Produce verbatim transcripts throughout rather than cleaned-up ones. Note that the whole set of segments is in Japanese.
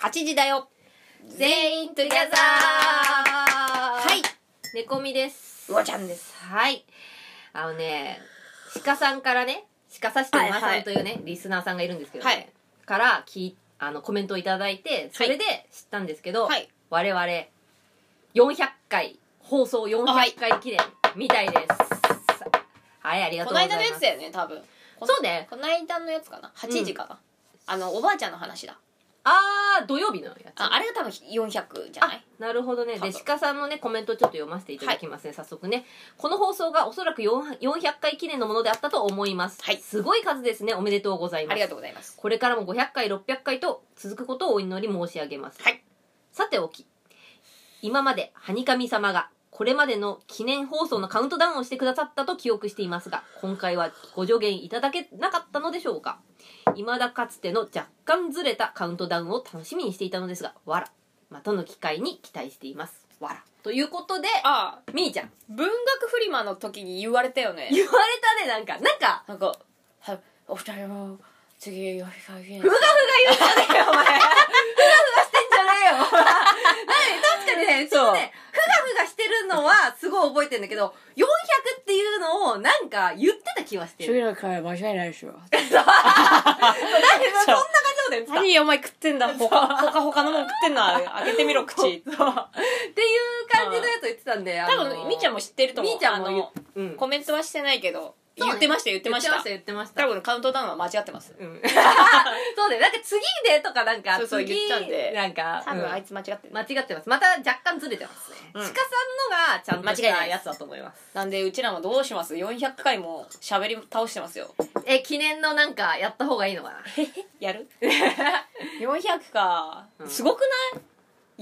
はちじだよ全員トゥギャザー。はい、猫みです。 うわちゃんです。 はい、あのね、鹿さんからね、鹿さして馬さんというね、はいはい、リスナーさんがいるんですけど、ね、はい、からきあのコメントをいただいて、それで知ったんですけど、はい、我々よんひゃっかい放送よんひゃっかい記念みたいです。はい、はい、ありがとうございます。 この間のやつだよね、多分。 そうね、 この間のやつかな、はちじかな、うん、あのおばあちゃんの話だ。 あー、土曜日のやつ。 あ, あれが多分よんひゃくじゃない？ なるほどね。で、鹿さんのね、コメントをちょっと読ませていただきますね、はい、早速ね。この放送がおそらくよんひゃっかい記念のものであったと思います。はい。すごい数ですね。おめでとうございます。 ありがとうございます。 これからもごひゃっかい、ろっぴゃっかいと続くことをお祈り申し上げます。はい。さておき、今まで、はにかみ様が、これまでの記念放送のカウントダウンをしてくださったと記憶していますが、今回はご助言いただけなかったのでしょうか。未だかつての若干ずれたカウントダウンを楽しみにしていたのですが、わら。またの機会に期待しています。わら。ということで、 ああ、 みーちゃん。 文学フリマの時に言われたよね。 言われたね、なんか。なんか、 なんか、はお二人も、次、よりかげふがふが言うんじゃねえよ、お前。ふがふがしてんじゃねえよ。確かにね、そうね、ふがふがしてるのはすごい覚えてるんだけど、よんひゃくっていうのをなんか言ってた気はしてる。 次の回間違いないでしょ。 そんな感じで言ってた。 何お前食ってんだ。ほかほかほかのもん食ってんな。開けてみろ、口。そう。っていう感じのやつ言ってたんで、 多分、みーちゃんも知ってると思う。 みーちゃんも、 うん、コメントはしてないけど、言ってました言ってました。 言ってました言ってました。 多分カウントダウンは間違ってます。うん。 そうだよ。なんか次でとかなんか、 そうそう言ったんで。 なんか、 多分あいつ間違ってる。 間違ってます。また若干ずれてますね。鹿さんのがちゃんとしたやつだと思います。 なんでうちらもどうします？ よんひゃっかいも喋り倒してますよ。 え、記念のなんかやった方がいいのかな？ やる？よんひゃくか。すごくない？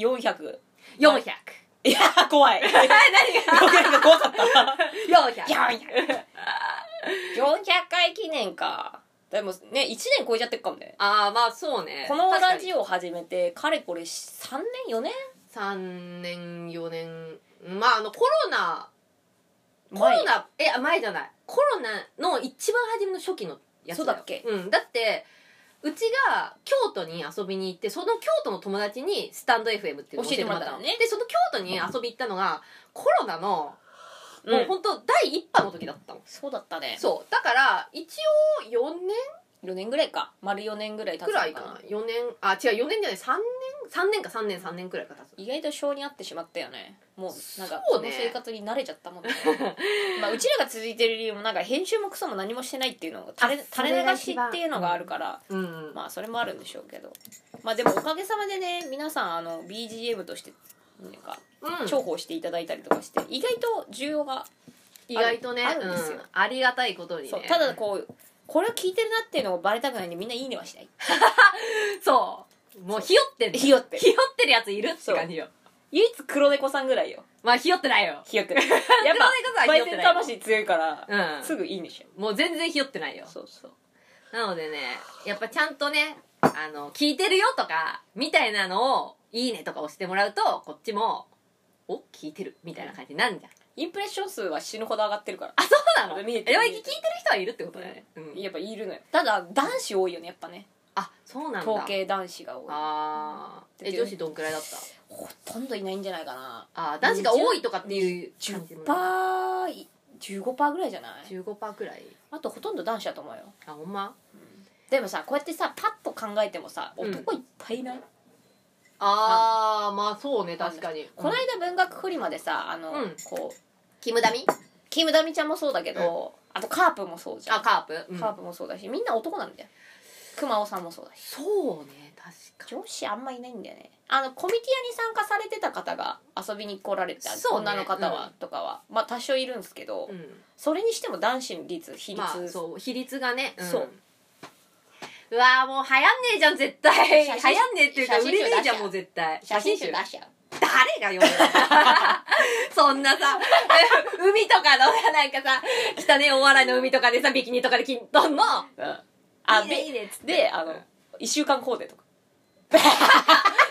よんひゃく。 よんひゃく。 いや、怖い。何が？よんひゃくが怖かった。 よんひゃく。 よんひゃく。よんひゃっかい記念か。でもね、いちねん超えちゃってるかもね。 ああ、まあそうね。 このラジオを始めて、かれこれさんねんよねん ? さん 年よねん。まああのコロナ、コロナ、え、前じゃない。コロナの一番初めの初期のやつだよ。 そうだっけ？ うん。だって、うちが京都に遊びに行って、その京都の友達にスタンド エフエム っていうのを教えてもらったのね。で、その京都に遊び行ったのが、コロナの、もう本当第一波の時だったの。 そうだったね。 そう。だから、一応よねんよねんぐらいか。丸よねんぐらい経つのかな。 くらいかな。よねん、あ、違う、よねんじゃない、さんねん ?さん 年かさんねん、さんねんくらいか経つ。 意外と性に合ってしまったよね。もう、なんか、この生活に慣れちゃったもんね。まあ、うちらが続いてる理由も、なんか、編集もクソも何もしてないっていうのが、垂れ、垂れ流しっていうのがあるから、うん、まあ、それもあるんでしょうけど。まあ、でも、おかげさまでね、皆さん、あの、ビージーエム として、なんか、うん、重宝していただいたりとかして、意外と需要が意外とね、あるんですよ、うん、ありがたいことにね。 そうただこうこれを聞いてるなっていうのをバレたくないんでみんないいねはしない。 そうもうひよってるひよってるひよってるやついるって感じよ。 唯一黒猫さんぐらいよ。 まあひよってないよ。 ひよってる。やっぱバイセン魂強いから、うん、すぐいいねしよう。もう全然ひよってないよ。 そうそうなのでね、やっぱちゃんとね、あの聞いてるよとかみたいなのをいいねとか押してもらうと、こっちもお聞いてるみたいな感じになんじゃん。 インプレッション数は死ぬほど上がってるから。 あ、そうなの？見えてる。聞いてる人はいるってことだよね。 うん、やっぱいるのよ。ただ男子多いよねやっぱね。 あ、そうなんだ。 統計男子が多い。 ああ。え、女子どんくらいだった？ ほとんどいないんじゃないかな。 あ、男子が多いとかっていうじゅっパーセント、じゅうごパーセントぐらいじゃない？ じゅうごパーセント くらい。 あとほとんど男子だと思うよ。 あ、ほんま？ うん、でもさ、こうやってさパッと考えてもさ、男いっぱいいない？うん、 ああ、まあそうね、確かに。 この間文学フリマでさ、あの、うん、こうキムダミキムダミちゃんもそうだけど、うん、あとカープもそうじゃん。 あ、カープ、 うん、カープもそうだし、みんな男なんだよ。熊尾さんもそうだし。 そうね、確か女子あんまいないんだよね。あのコミティアに参加されてた方が遊びに来られた、ね、女の方は、うん、とかはまあ多少いるんですけど、うん、それにしても男子の率比率、まあ、 そう比率がね、 うん、そううわーもう流行んねえじゃん絶対。流行んねえっていうか売れねえじゃんもう絶対。 写真集出しちゃう。 誰が読むのそんなさ、海とかのなんかさ、汚ねお笑いの海とかでさ、ビキニとかで金とんの、うん、 あ、いいねいいねっつって、で、あの、いっしゅうかんコーデとか。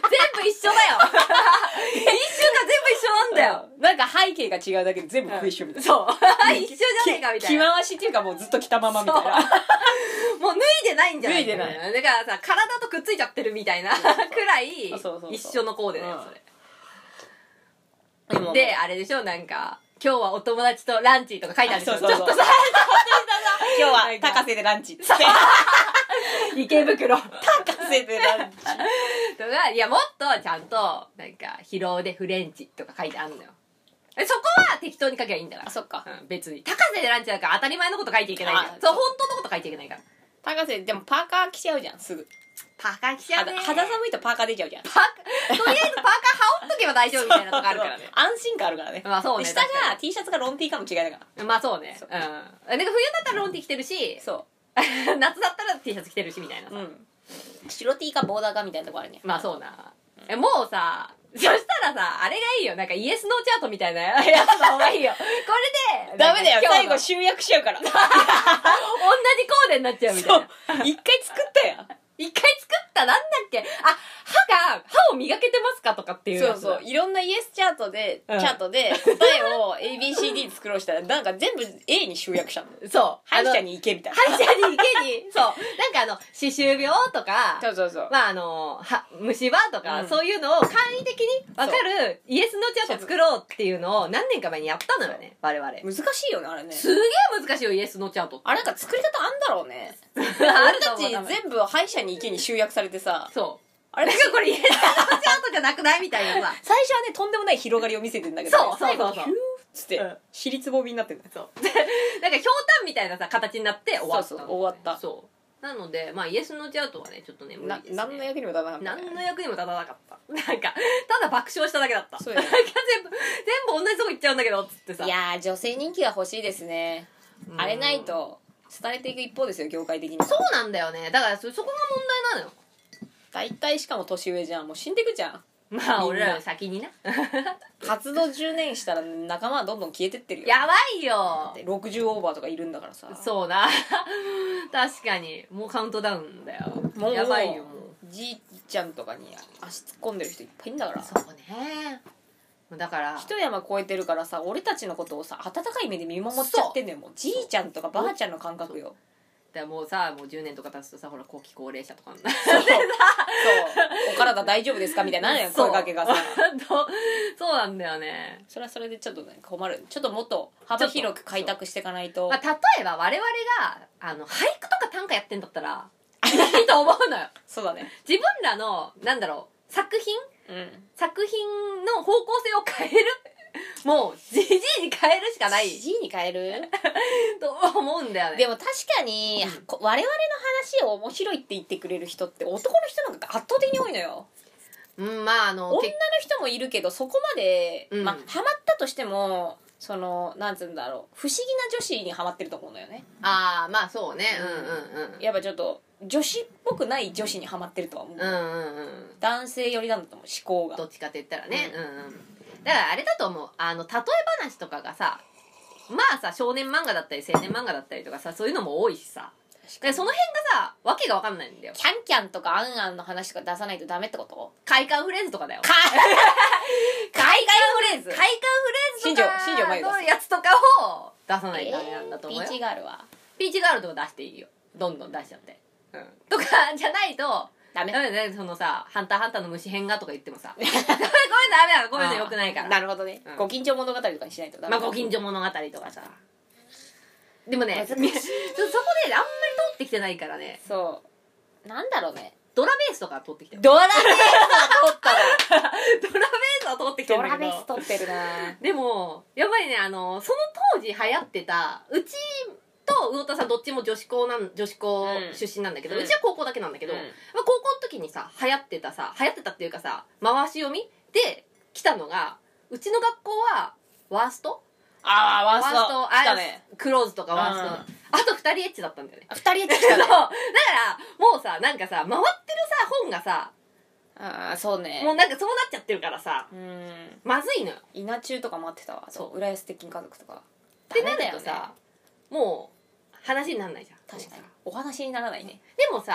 部一緒だよ一週間全部一緒なんだよ、 なんか背景が違うだけで全部一緒みたいな、 そう一緒じゃねえかみたいな、 着回しっていうかもうずっと着たままみたいなもう脱いでないんじゃない脱いでないだからさ体とくっついちゃってるみたいなくらいそうそうそう一緒のコーデだよそれ、 でもであれでしょなんか今日はお友達とランチとか書いてあるでしょそうそうそうちょっとさ今日は高瀬でランチって池袋と高瀬でランチかいやもっとちゃんとなんか疲労でフレンチとか書いてあるのよえそこは適当に書けばいいんだからあそっか、 うん、別に高瀬でランチだから当たり前のこと書いちゃいけないじゃんあそう本当のこと書いちゃいけないから高瀬でもパーカー着ちゃうじゃんすぐパーカー着ちゃうね肌肌寒いとパーカー出ちゃうじゃんパーカーとりあえずパーカー羽織っとけば大丈夫みたいなとこあるからね安心感あるからねまあそうね下確かが T シャツがロン T かも違いだからまあそうねそううんなんか冬だったらロン T 着てるしそ夏だったら T シャツ着てるしみたいなさ、 ううん白 T かボーダーかみたいなとこあるねまあそうな、えもうさそしたらさあれがいいよなんかイエスノーチャートみたいなやつの方がいいよこれでダメだよ最後なんか今日の集約しちゃうから同じコーデになっちゃうみたいなそう一回作ったやん一回作ったなんだっけあ歯が歯を磨けてますかとかっていうそうやつそういろんなイエスチャートで、 うんチャートで答えを エービーシーディー 作ろうしたらなんか全部 A に集約したのそう歯医者に行けみたいな歯医者に池にそうなんかあの歯周病とかそうそうそうまああのは虫歯とか、 うんそういうのを簡易的に分かるイエスノーチャート作ろうっていうのを何年か前にやったのよね我々 難しいよねあれねすげえ難しいよイエスノーチャートってあれなんか作り方あんだろうねあ俺たちると思う多分全部歯医者に行けに集約されてさそうあれなんかこれイエスノーチャートじゃなくないみたいなさ最初はねとんでもない広がりを見せてんだけど、ね、 そうそうそうそう最後ヒューッつって、 うん尻つぼみになってるそうなんかひょうたんみたいなさ形になって終わったのそうそう終わったそうなのでまあイエスノーチャートはねちょっとね無な理ですね何の役にも立たなかった、ね、 何の役にも立たなかったなんかただ爆笑しただけだったそうよねなんか全部全部同じとこ行っちゃうんだけどっつってさいやー女性人気が欲しいですねうんあれないと廃れていく一方ですよ業界的にそうなんだよねだからそそこが問題なのよ大体しかも年上じゃんもう死んでくじゃんまあ俺らより先にな活動じゅうねんしたら仲間はどんどん消えてってるよやばいよでろくじゅうオーバーとかいるんだからさそうな確かにもうカウントダウンだよもうやばいよもうじいちゃんとかに足突っ込んでる人いっぱいいるんだからそうねだから一山越えてるからさ俺たちのことをさ温かい目で見守っちゃってんだよもうじいちゃんとかばあちゃんの感覚よだからもうさもうじゅうねんとか経つとさほら後期高齢者とかになそうそうお体大丈夫ですかみたいなのよ声かけがさそうなんだよね、 それはそれでちょっとね困るちょっともっと幅広く開拓していかないと、 まあ、例えば我々があの俳句とか短歌やってんだったらいいと思うのよそうだね自分らのなんだろう作品うん作品の方向性を変えるもうじじいに変えるしかないじいに変えると思うんだよねでも確かに、 うんこ我々の話を面白いって言ってくれる人って男の人の方が圧倒的に多いのようんまああの女の人もいるけどそこまで、 うんまあハマったとしてもそのなんつうんだろう不思議な女子にハマってると思うのよねああまあそうねうんうんうんやっぱちょっと女子っぽくない女子にハマってるとは思う、 うんうんうん男性寄りなんだと思う思考がどっちかって言ったらね、うん、うんうんだからあれだと思うあの例え話とかがさまあさ少年漫画だったり青年漫画だったりとかさそういうのも多いしさでその辺がさわけがわかんないんだよキャンキャンとかアンアンの話とか出さないとダメってこと快感フレーズとかだよか快感フレーズ快感フレーズとか新庄新庄真由のやつとかを出さないとダメなんだと思うよ、 えーピーチガールはピーチガールとか出していいよどんどん出しちゃって、うん、とかじゃないとダメダメだねそのさ「ハンターハンターの虫編が」とか言ってもさごめんダメだごめんねよくないからなるほどね、 うんご近所物語とかにしないとダメまあご近所物語とかさでもねそこ難しいであんまり通ってきてないからねそうなんだろうねドラベースとか通ってきてるドラベースは通ったなドラベースは通ってきてるドラんだけどベース通ってるなでもやっぱりねあのその当時流行ってたうちと魚田さんどっちも女子校なん女子校出身なんだけど、 ううんちは高校だけなんだけど、 うんまあ、高校の時にさ流行ってたさ流行ってたっていうかさ回し読みで来たのがうちの学校はワーストああワーストあ来たねクローズとかワースト、 うんあとふたりエッチだったんだよね二人エッチ来そうたねだからもうさなんかさ回ってるさ本がさああそうねもうなんかそうなっちゃってるからさうんまずいのよ稲中とか待ってたわそう浦安鉄筋家族とかってなダメだよねるとさ、もう話にならないじゃん確かにお話にならないねでもさ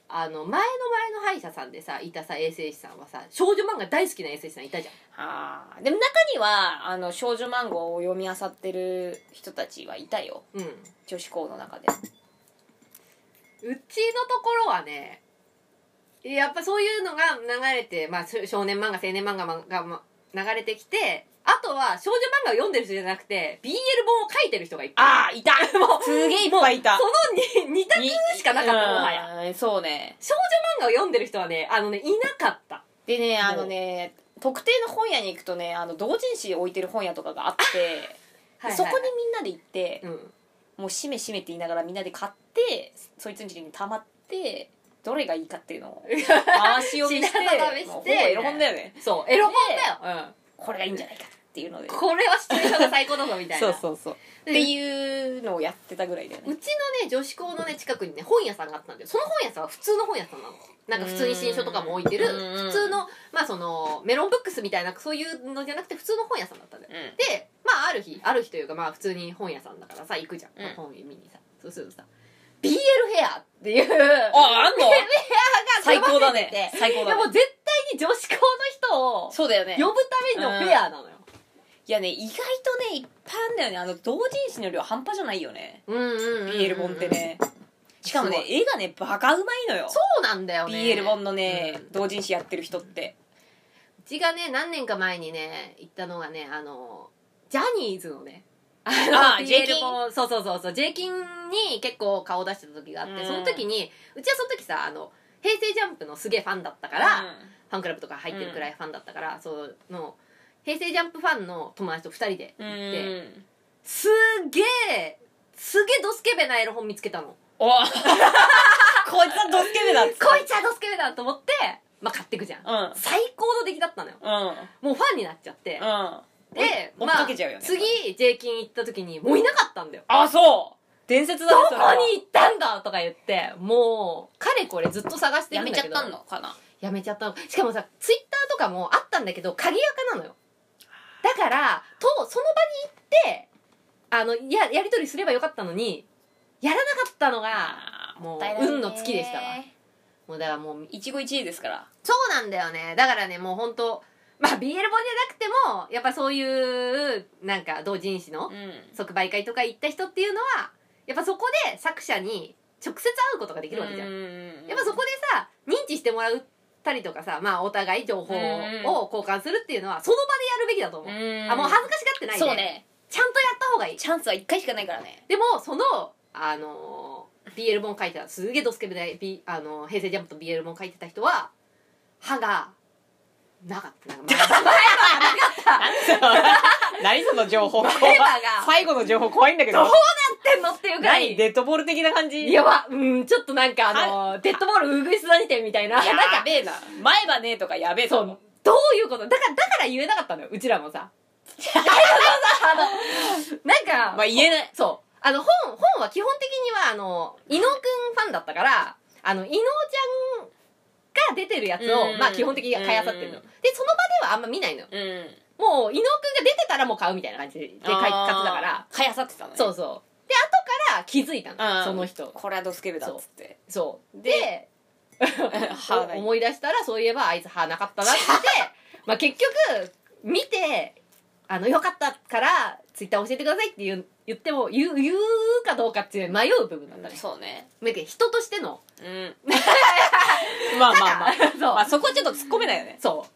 あの前の前の歯医者さんでさいたさ衛生士さんはさ少女漫画大好きな衛生士さんいたじゃん。 ああでも中にはあの少女漫画を読み漁ってる人たちはいたよ、 うん、 女子校の中で。 うちのところはねやっぱそういうのが流れて、まあ、少年漫画青年漫画が流れてきて、あとは少女漫画を読んでる人じゃなくて ビーエル 本を書いてる人がいっぱい。 ああいたもうすげえいっぱいいた。 その に, に択しかなかったもはや。 そうね、 少女漫画を読んでる人はねあのねいなかった。 でねあのね特定の本屋に行くとねあの同人誌置いてる本屋とかがあってはい、はい、そこにみんなで行って、うん、もうしめしめって言いながらみんなで買ってそいつんちに溜まってどれがいいかっていうのを回し読みしてもうほぼエロ本だよね。 そうエロ本だよ、うん、 これがいいんじゃないかっていうのでこれはシチュエーションが最高だぞみたいなそうそうそうっていうのをやってたぐらいだよね。 うちのね女子校のね近くにね本屋さんがあったんだよ。その本屋さんは普通の本屋さんなの。なんか普通に新書とかも置いてる普通のまあそのメロンブックスみたいなそういうのじゃなくて普通の本屋さんだったんだよ、うん、でまあある日ある日というかまあ普通に本屋さんだからさ行くじゃん、うん、本見にさそうするとさ ビーエル ヘアっていうああんのビーエル ヘアが最高だね最高だね。 でも絶対に女子校の人をそうだよね呼ぶためのフェアなのよ、うん、 いやね意外とねいっぱいあんだよね。あの同人誌の量半端じゃないよね、うんうんうんうん、ビーエル 本ってね。しかもね絵がねバカうまいのよ。 そうなんだよねビーエル 本のね、うん、同人誌やってる人って。 うちがね何年か前にね行ったのがねあのジャニーズのねあの ビーエル 本そうそうそうそう J キンに結構顔出してた時があって、うん、その時にうちはその時さあの平成ジャンプのすげえファンだったから、うん、ファンクラブとか入ってるくらいファンだったから、うん、その平成ジャンプファンの友達とふたりで行って、うん、すげえすげえドスケベなエロ本見つけたの。 おこいつはドスケベだっつってこいつはドスケベだと思って、まあ、買ってくじゃん、うん、最高の出来だったのよ、うん、もうファンになっちゃって、うん、で、まあ、次 J キン行った時にもういなかったんだよ。 あそう伝説だね。 どこに行ったんだとか言ってもうかれこれずっと探してるんだけどやめちゃったのかな。 やめちゃったの。しかもさツイッターとかもあったんだけど鍵垢なのよ。だからとその場に行ってあの や, やり取りすればよかったのにやらなかったのがもう運の尽きでしたわ。もうだからもう一期一会ですから。 そうなんだよね。だからねもう本当まあ ビーエル 本じゃなくてもやっぱそういうなんか同人誌の即売会とか行った人っていうのはやっぱそこで作者に直接会うことができるわけじゃん。やっぱそこでさ認知してもらったりとかさまあお互い情報を交換するっていうのはその場でやるべきだと思う。あもう恥ずかしがってないでそうねちゃんとやった方がいい。 チャンスはいっかいしかないからね。 でもそのあの ビーエル 本書いてたすげえドスケベで、B、あの平成ジャンプと ビーエル 本書いてた人は歯がなかったなんか前歯がなかった何その情報怖い最後の情報怖いんだけどどうなってんのっていうか何デッドボール的な感じ。 いやばうんちょっとなんかあのデッドボールうぐいすだにてみたいなやべえな前歯ねえとかやべえとそうどういうことだからだから言えなかったのようちらもさあのなんかまあ言えないそうあの本本は基本的にはあの伊野くんファンだったからあの伊野ちゃんが出てるやつを、まあ基本的に買いあさってるの。で、その場ではあんま見ないのよ。うん、もう、伊野くんが出てたらもう買うみたいな感じで買い勝つだから。 買いあさってたのね。 そうそう。で、後から気づいたの。その人。 これはドスケベだっつって。 そう。で、思い出したら、そういえばあいつ歯なかったなって、まあ結局、見て、あの、よかったから、ツイッター教えてくださいって言う言っても言う、言うかどうかっていう迷う部分なんだね。 そうね。 人としての。 うん。まあまあまあ。そう。まあそこはちょっと突っ込めないよね。 そう。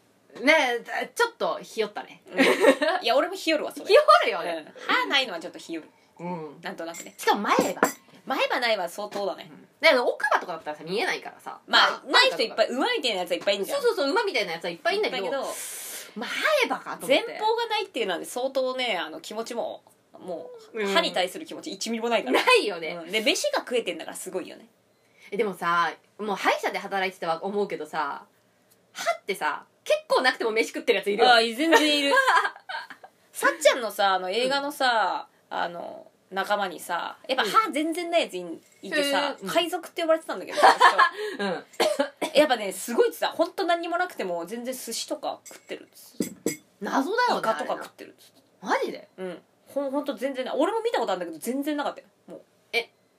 ねえ、ちょっとひよったね。 うん、いや、俺もひよるわ、それ。 ひよるよね。 うん、歯ないのはちょっとひよる。うん。なんとなくね。 しかも前歯。 前歯ないは相当だね。 だから奥歯とかだったらさ、見えないからさ。 まあ、ない人いっぱい、馬みたいなやつはいっぱいいんじゃん。 そうそうそう、馬みたいなやつはいっぱいいんだけど。前歯かと思って。 前方がないっていうのはね、相当ね、あの、気持ちも、もう歯に対する気持ちいちミリもないから、 ないよね、 うん、で飯が食えてんだからすごいよね。 でもさもう歯医者で働いてては思うけどさ歯ってさ結構なくても飯食ってるやついるよ。 ああ全然いるさっちゃんのさあの映画のさ、うん、あの仲間にさやっぱ歯全然ないやつ い, いてさ、うん、海賊って呼ばれてたんだけど、うん、やっぱねすごいってさほんと何にもなくても全然寿司とか食ってるっつ謎だよね。 イカとか食ってるっつマジで。 うんほんほんと全然ない。俺も見たことあるんだけど全然なかったよ。もうえ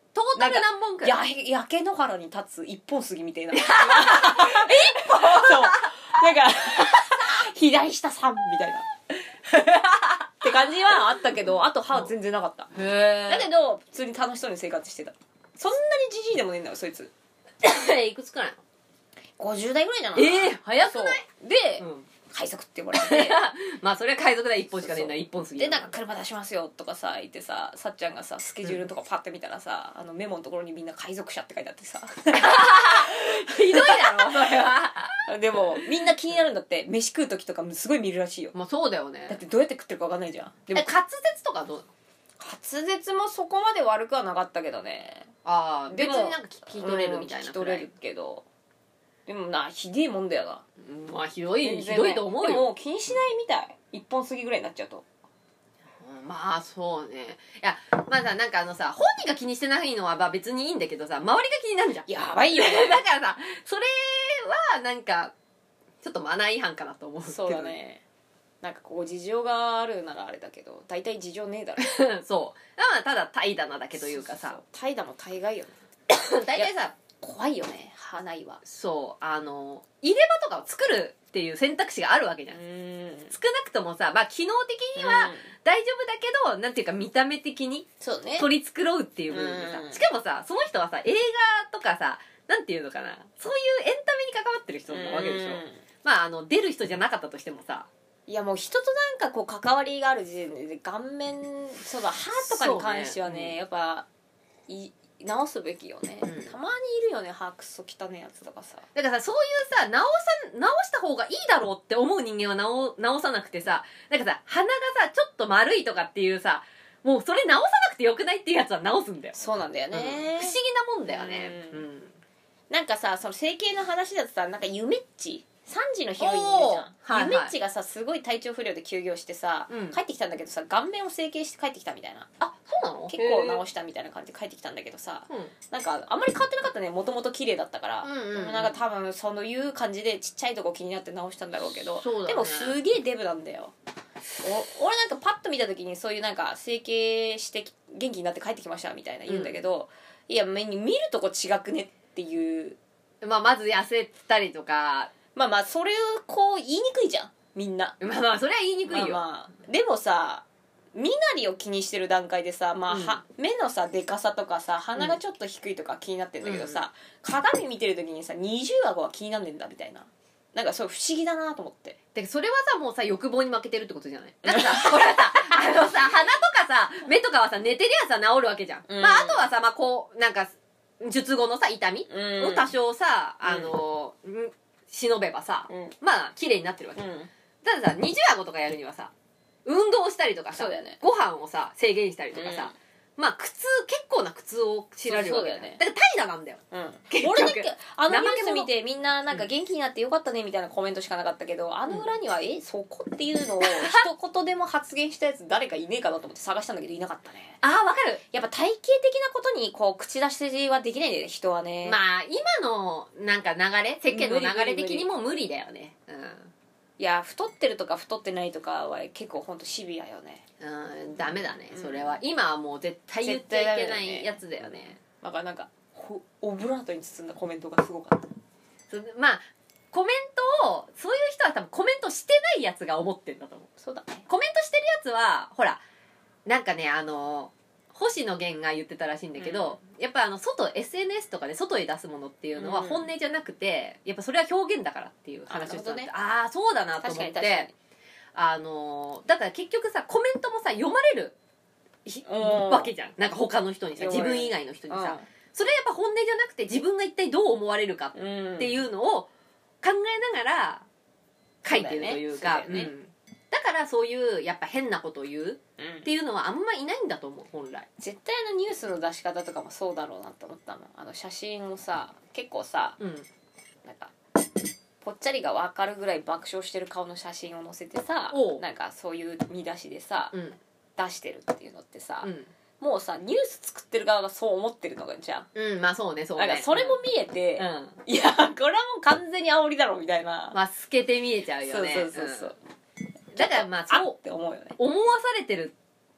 トータル何本くらい？ や焼け野原に立つ一本杉みたいな一本そうなんか左下さんみたいなって感じはあったけど、あと歯は全然なかった。 へだけど普通に楽しそうに生活してた。そんなにジジイでもねえんだよそいつ。 いくつくらいの？ ごじゅう代ぐらいじゃない？ えー、早くない？ で、うん、海賊って呼ばれてまあそれは海賊だ一本しかねえんだ、一本すぎでなんか車出しますよとかさ言ってさ、さっちゃんがさスケジュールとかパッて見たらさ、うん、あのメモのところにみんな海賊車って書いてあってさひどいだろそれはでもみんな気になるんだって、飯食う時とかもすごい見るらしいよ。 まあそうだよね。 だってどうやって食ってるか分かんないじゃん。 でも滑舌とかどうなの？ 滑舌もそこまで悪くはなかったけどね。 ああ別になんか聞き取れるみたいな、 うん、聞き取れるけど、でもなひでえもんだよな。 うん、まあひどいひどいと思うよ。 でも気にしないみたい、一本過ぎぐらいになっちゃうと。 まあそうね。いやまあさ、なんかあのさ、本人が気にしてないのはまあ別にいいんだけどさ、周りが気になるじゃん。 やばいよねだからさ、それはなんかちょっとマナー違反かなと思うけど。 そうだね。なんかこう事情があるならあれだけど、大体事情ねえだろそうまあただ怠惰なだけというかさ、 怠惰も大概よね大体さ怖いよね花井は。 そうあの入れ歯とかを作るっていう選択肢があるわけじゃん。 うん少なくともさ、まあ機能的には大丈夫だけど、なんていうか見た目的にそうね取り繕うっていう部分でさ、 うんしかもさその人はさ映画とかさ、なんていうのかな、そういうエンタメに関わってる人なわけでしょ。まああの出る人じゃなかったとしてもさ、 いやもう人となんかこう関わりがある時点で顔面、そうだ歯とかに関しては ね, ね、うん、やっぱい直すべきよね、うん、たまにいるよね歯くそ汚ねえやつとかさ。 だからさそういうさ直さ直した方がいいだろうって思う人間は直直さなくてさ、なんかさ鼻がさちょっと丸いとかっていうさ、もうそれ直さなくてよくないっていうやつは直すんだよ。 そうなんだよね、うん、不思議なもんだよね、 うんうん、なんかさその整形の話だとさ、なんかゆめっちさんじのヒロインいるじゃん、はいはい、ゆめっちがさすごい体調不良で休業してさ、うん、帰ってきたんだけどさ顔面を整形して帰ってきたみたいな。 あ、そうなの？ 結構直したみたいな感じで帰ってきたんだけどさ、うん、なんかあんまり変わってなかったね。もともと綺麗だったから、うんうんうん、でもなんか多分そういう感じでちっちゃいとこ気になって直したんだろうけど、ね、でもすげえデブなんだよ。お俺なんかパッと見た時にそういうなんか整形して元気になって帰ってきましたみたいな言うんだけど、うん、いや見るとこ違くねっていう、 まあ、まず痩せたりとか、 まあまあそれをこう言いにくいじゃんみんな。 まあまあそれは言いにくいよ、 まあまあ、でもさ身なりを気にしてる段階でさ、まあはうん、目のさでかさとかさ鼻がちょっと低いとか気になってんだけどさ、うん、鏡見てる時にさ二重顎は気になんねんだみたいな、なんかそう不思議だなと思って。 でそれはさもうさ欲望に負けてるってことじゃない？なんかさこれはさあのさ鼻とかさ目とかはさ寝てりゃさ治るわけじゃん、うん、まああとはさまあこうなんか術後のさ痛みを多少さ、うん、あの、うん、忍べばさ、うん、まあ綺麗になってるわけ、うん、たださ二重顎とかやるにはさ運動したりとかさ、ね、ご飯をさ制限したりとかさ、うん、まあ苦痛結構な苦痛を知られるわけだよね。だから怠惰なんだよ、うん、 俺だけあのニュース見てみんななんか元気になってよかったねみたいなコメントしかなかったけど、あの裏には、うん、えそこっていうのを一言でも発言したやつ誰かいねえかなと思って探したんだけどいなかったね。 ああわかる。 やっぱ体型的なことにこう口出しはできないんだよね人はね。 まあ今のなんか流れ世間の流れ的にも無理だよね。うんいや太ってるとか太ってないとかは結構ほんとシビアよね。 うんダメだねそれは、うん、今はもう絶対言っちゃいけないやつだよね。 だからなんかオブラートに包んだコメントがすごかった。 まあコメントをそういう人は多分コメントしてないやつが思ってんだと思う。 そうだね。 コメントしてるやつはほらなんかねあの星野源が言ってたらしいんだけど、うん、やっぱあの外 エスエヌエス とかで外へ出すものっていうのは本音じゃなくて、うん、やっぱそれは表現だからっていう話をして、ね、ああそうだなと思ってあのだから結局さコメントもさ読まれるわけじゃん。なんか他の人にさ自分以外の人にさ、うん、それはやっぱ本音じゃなくて自分が一体どう思われるかっていうのを考えながら書いてるというか、そうだよね。だからそういうやっぱ変なことを言うっていうのはあんまいないんだと思う本来。 絶対あのニュースの出し方とかもそうだろうなと思ったの。あの写真をさ結構さ、うん、なんかぽっちゃりが分かるぐらい爆笑してる顔の写真を載せてさ、なんかそういう見出しでさ、うん、出してるっていうのってさ、うん、もうさニュース作ってる側がそう思ってるのがじゃん。 うんまあそうねそうね。 なんかそれも見えて、うん、いやこれはもう完全に煽りだろみたいな。 まあ透けて見えちゃうよね。 そうそうそうそう。 だからまあそうって思うよね。 思わされてる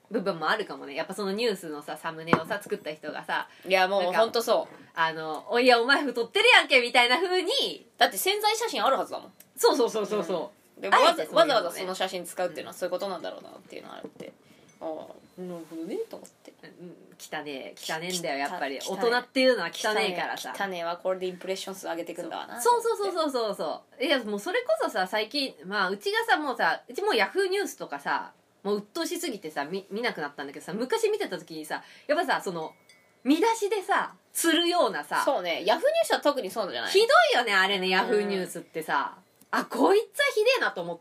部分もあるかもね。やっぱそのニュースのさサムネをさ作った人がさ、 いやもうほんとそう、 あのおいやお前太ってるやんけみたいな風に、 だって宣材写真あるはずだもん。 そうそうそうそうそう、 でわざ、 あえてそういうのねわざわざその写真使うっていうのはそういうことなんだろうなっていうのがあって、ああなるほどねと思って、 うん、汚ねえ汚ねえんだよやっぱり。 汚ね大人っていうのは汚ねえからさ。 汚ねえはこれでインプレッション数上げていくんだわな。 そうそうそうそうそうそういやもうそれこそさ最近まあうちがさもうさうちもうヤフーニュースとかさもう鬱陶しすぎてさ 見, 見なくなったんだけどさ、昔見てた時にさやっぱさその見出しでさ釣るようなさ、 そうね、ヤフーニュースは特にそうじゃない。 ひどいよねあれね、ヤフーニュースってさ、あこいつはひでえなと思って。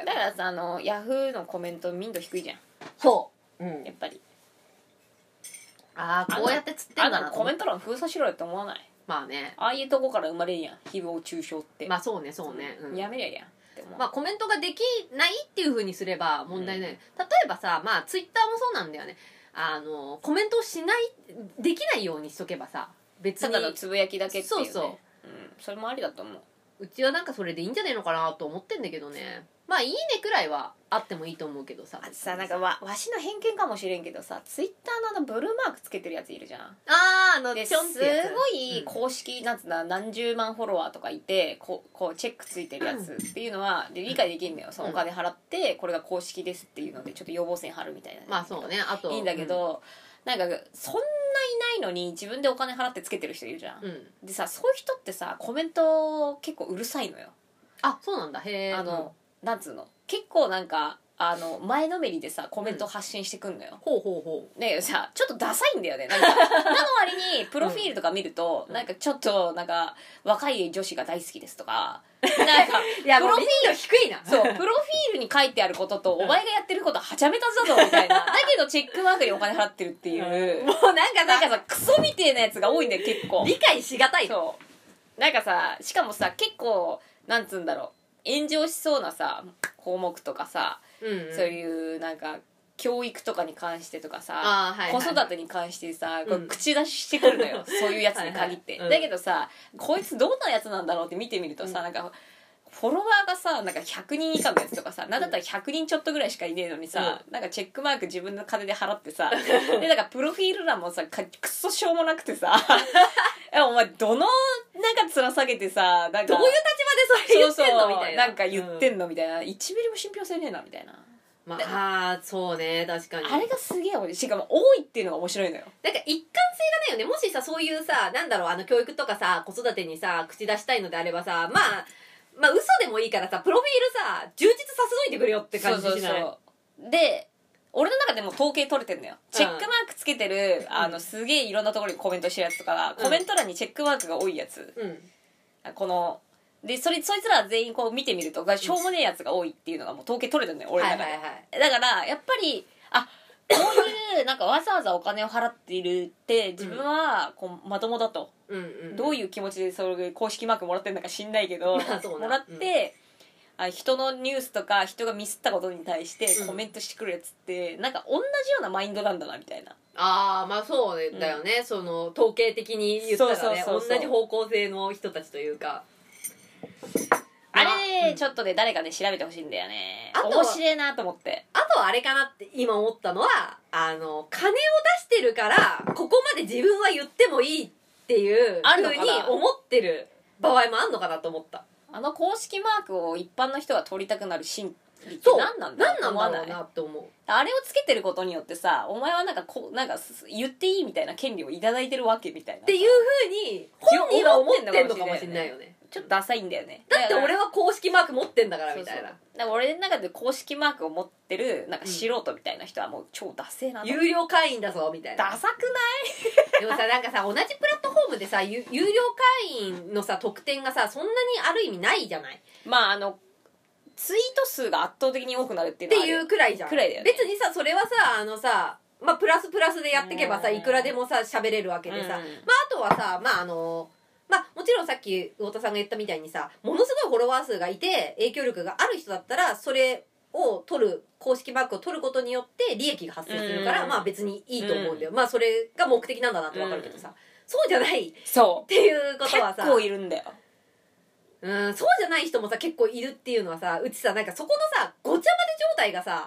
だからさ、あのヤフーのコメント民度低いじゃん。 そう、うん、 やっぱりああこうやって釣ってんだなあのコメント欄封鎖しろよって思わない？ まあね、 ああいうとこから生まれるやん誹謗中傷って。 まあそうねそうね、うん、 やめりゃいいやんって思う。 まあコメントができないっていう風にすれば問題ない、うん、例えばさまあツイッターもそうなんだよね。あのコメントをしないできないようにしとけばさ別にただのつぶやきだけっていうね。 そうそう、 うん、それもありだと思う。 うちはなんかそれでいいんじゃねえのかなと思ってんだけどね。まあいいねくらいはあってもいいと思うけどさ。 あさなんかわわしの偏見かもしれんけどさ、ツイッターのあのブルーマークつけてるやついるじゃん。 あーあのでちょんってやつすごい公式、うん、なんつうの何十万フォロワーとかいてこうこうチェックついてるやつっていうのは、で理解できるんだよ、そのお金払ってこれが公式ですっていうのでちょっと予防線張るみたいな、ね、 まあそうね、あといいんだけど、うん、なんかそんないないのに自分でお金払ってつけてる人いるじゃん、うん、でさそういう人ってさコメント結構うるさいのよ。 あそうなんだ、へえ。 あの、うん、なんつうの結構なんかあの前のめりでさコメント発信してくんのよ、うん、 ほうほうほう。 ねさちょっとダサいんだよねなんかなの割にプロフィールとか見ると、うん、なんかちょっとなんか若い女子が大好きですとかなんかいやプロフィール低いな。 そうプロフィールに書いてあることとお前がやってることははちゃめたずだぞみたいなだけどチェックマークにお金払ってるっていう、うん、もうなんかなんかさクソみてえなやつが多いんだよ結構。 理解しがたい。 そうなんかさしかもさ結構なんつうんだろう炎上しそうなさ項目とかさ、うんうん、そういうなんか教育とかに関してとかさ、はいはいはい、子育てに関してさ、うん、こう口出ししてくるのよそういうやつに限って、はいはい、だけどさ、うん、こいつどんなやつなんだろうって見てみるとさ、うん、なんかフォロワーがさなんかひゃくにん以下のやつとかさ、なんだったらひゃくにんちょっとぐらいしかいねえのにさ、うん、なんかチェックマーク自分の金で払ってさでなんかプロフィール欄もさくそしょうもなくてさお前どのなんか面下げてさなんかどういう立場でそれ言ってんのみたいな、 なんか言ってんのみたいな、いちミリも信憑性ねえなみたいな。 まああそうね確かにあれがすげえ多い。しかも多いっていうのが面白いのよ。 なんか一貫性がないよね。もしさそういうさなんだろうあの教育とかさ子育てにさ口出したいのであればさまあまあ嘘でもいいからさプロフィールさ充実させといてくれよって感じしない？そうそうそうで俺の中でも統計取れてんのよ、うん、チェックマークつけてるあのすげえいろんなところにコメントしてるやつとか、うん、コメント欄にチェックマークが多いやつ、うん、このでそれそいつら全員こう見てみるとしょうもねえやつが多いっていうのがもう統計取れてるのよ俺の中で、はいはいはい、だからやっぱりあこういうなんかわざわざお金を払っているって自分はこうまともだと、うんうんうん、どういう気持ちでそれ公式マークもらってるのか知んないけど、まあ、もらって、うん、あ人のニュースとか人がミスったことに対してコメントしてくるやつって、うん、なんか同じようなマインドなんだなみたいな。ああまあそうだよね、うん、その統計的に言ったらねそうそうそうそう同じ方向性の人たちというかあれ、うん、ちょっとで誰かで調べてほしいんだよね。面白いなと思って。 あとはあれかなって今思ったのはあの金を出してるからここまで自分は言ってもいいっていうふうに思ってる場合もあんのかなと思った。 あの公式マークを一般の人が取りたくなる心理って何なんだろう何なんだろうなって思う。 あれをつけてることによってさお前はなんかこうなんか言っていいみたいな権利をいただいてるわけみたいなっていうふうに本人は思ってんのかもしれないよね。 ちょっとダサいんだよね。 だって俺は公式マーク持ってんだからみたいな。そうそうだから俺の中で公式マークを持ってるなんか素人みたいな人はもう超ダセーな、 うん、有料会員だぞみたいな。 ダサくないでもさなんかさ同じプラットフォームでさ有有料会員のさ特典がさそんなにある意味ないじゃない。 まああのツイート数が圧倒的に多くなるっていうのはっていうくらいじゃん。 くらいだよね。 別にさそれはさあのさまあプラスプラスでやっていけばさいくらでもさ喋れるわけでさ、まああとはさまああのまあもちろんさっき魚田さんが言ったみたいにさものすごいフォロワー数がいて影響力がある人だったらそれを取る公式マークを取ることによって利益が発生するから、まあ別にいいと思うんだよ、まあそれが目的なんだなって分かるけどさ、そうじゃないっていうことはさ結構いるんだよ。 うんそうじゃない人もさ結構いるっていうのはさうちさなんかそこのさごちゃ混ぜ状態がさ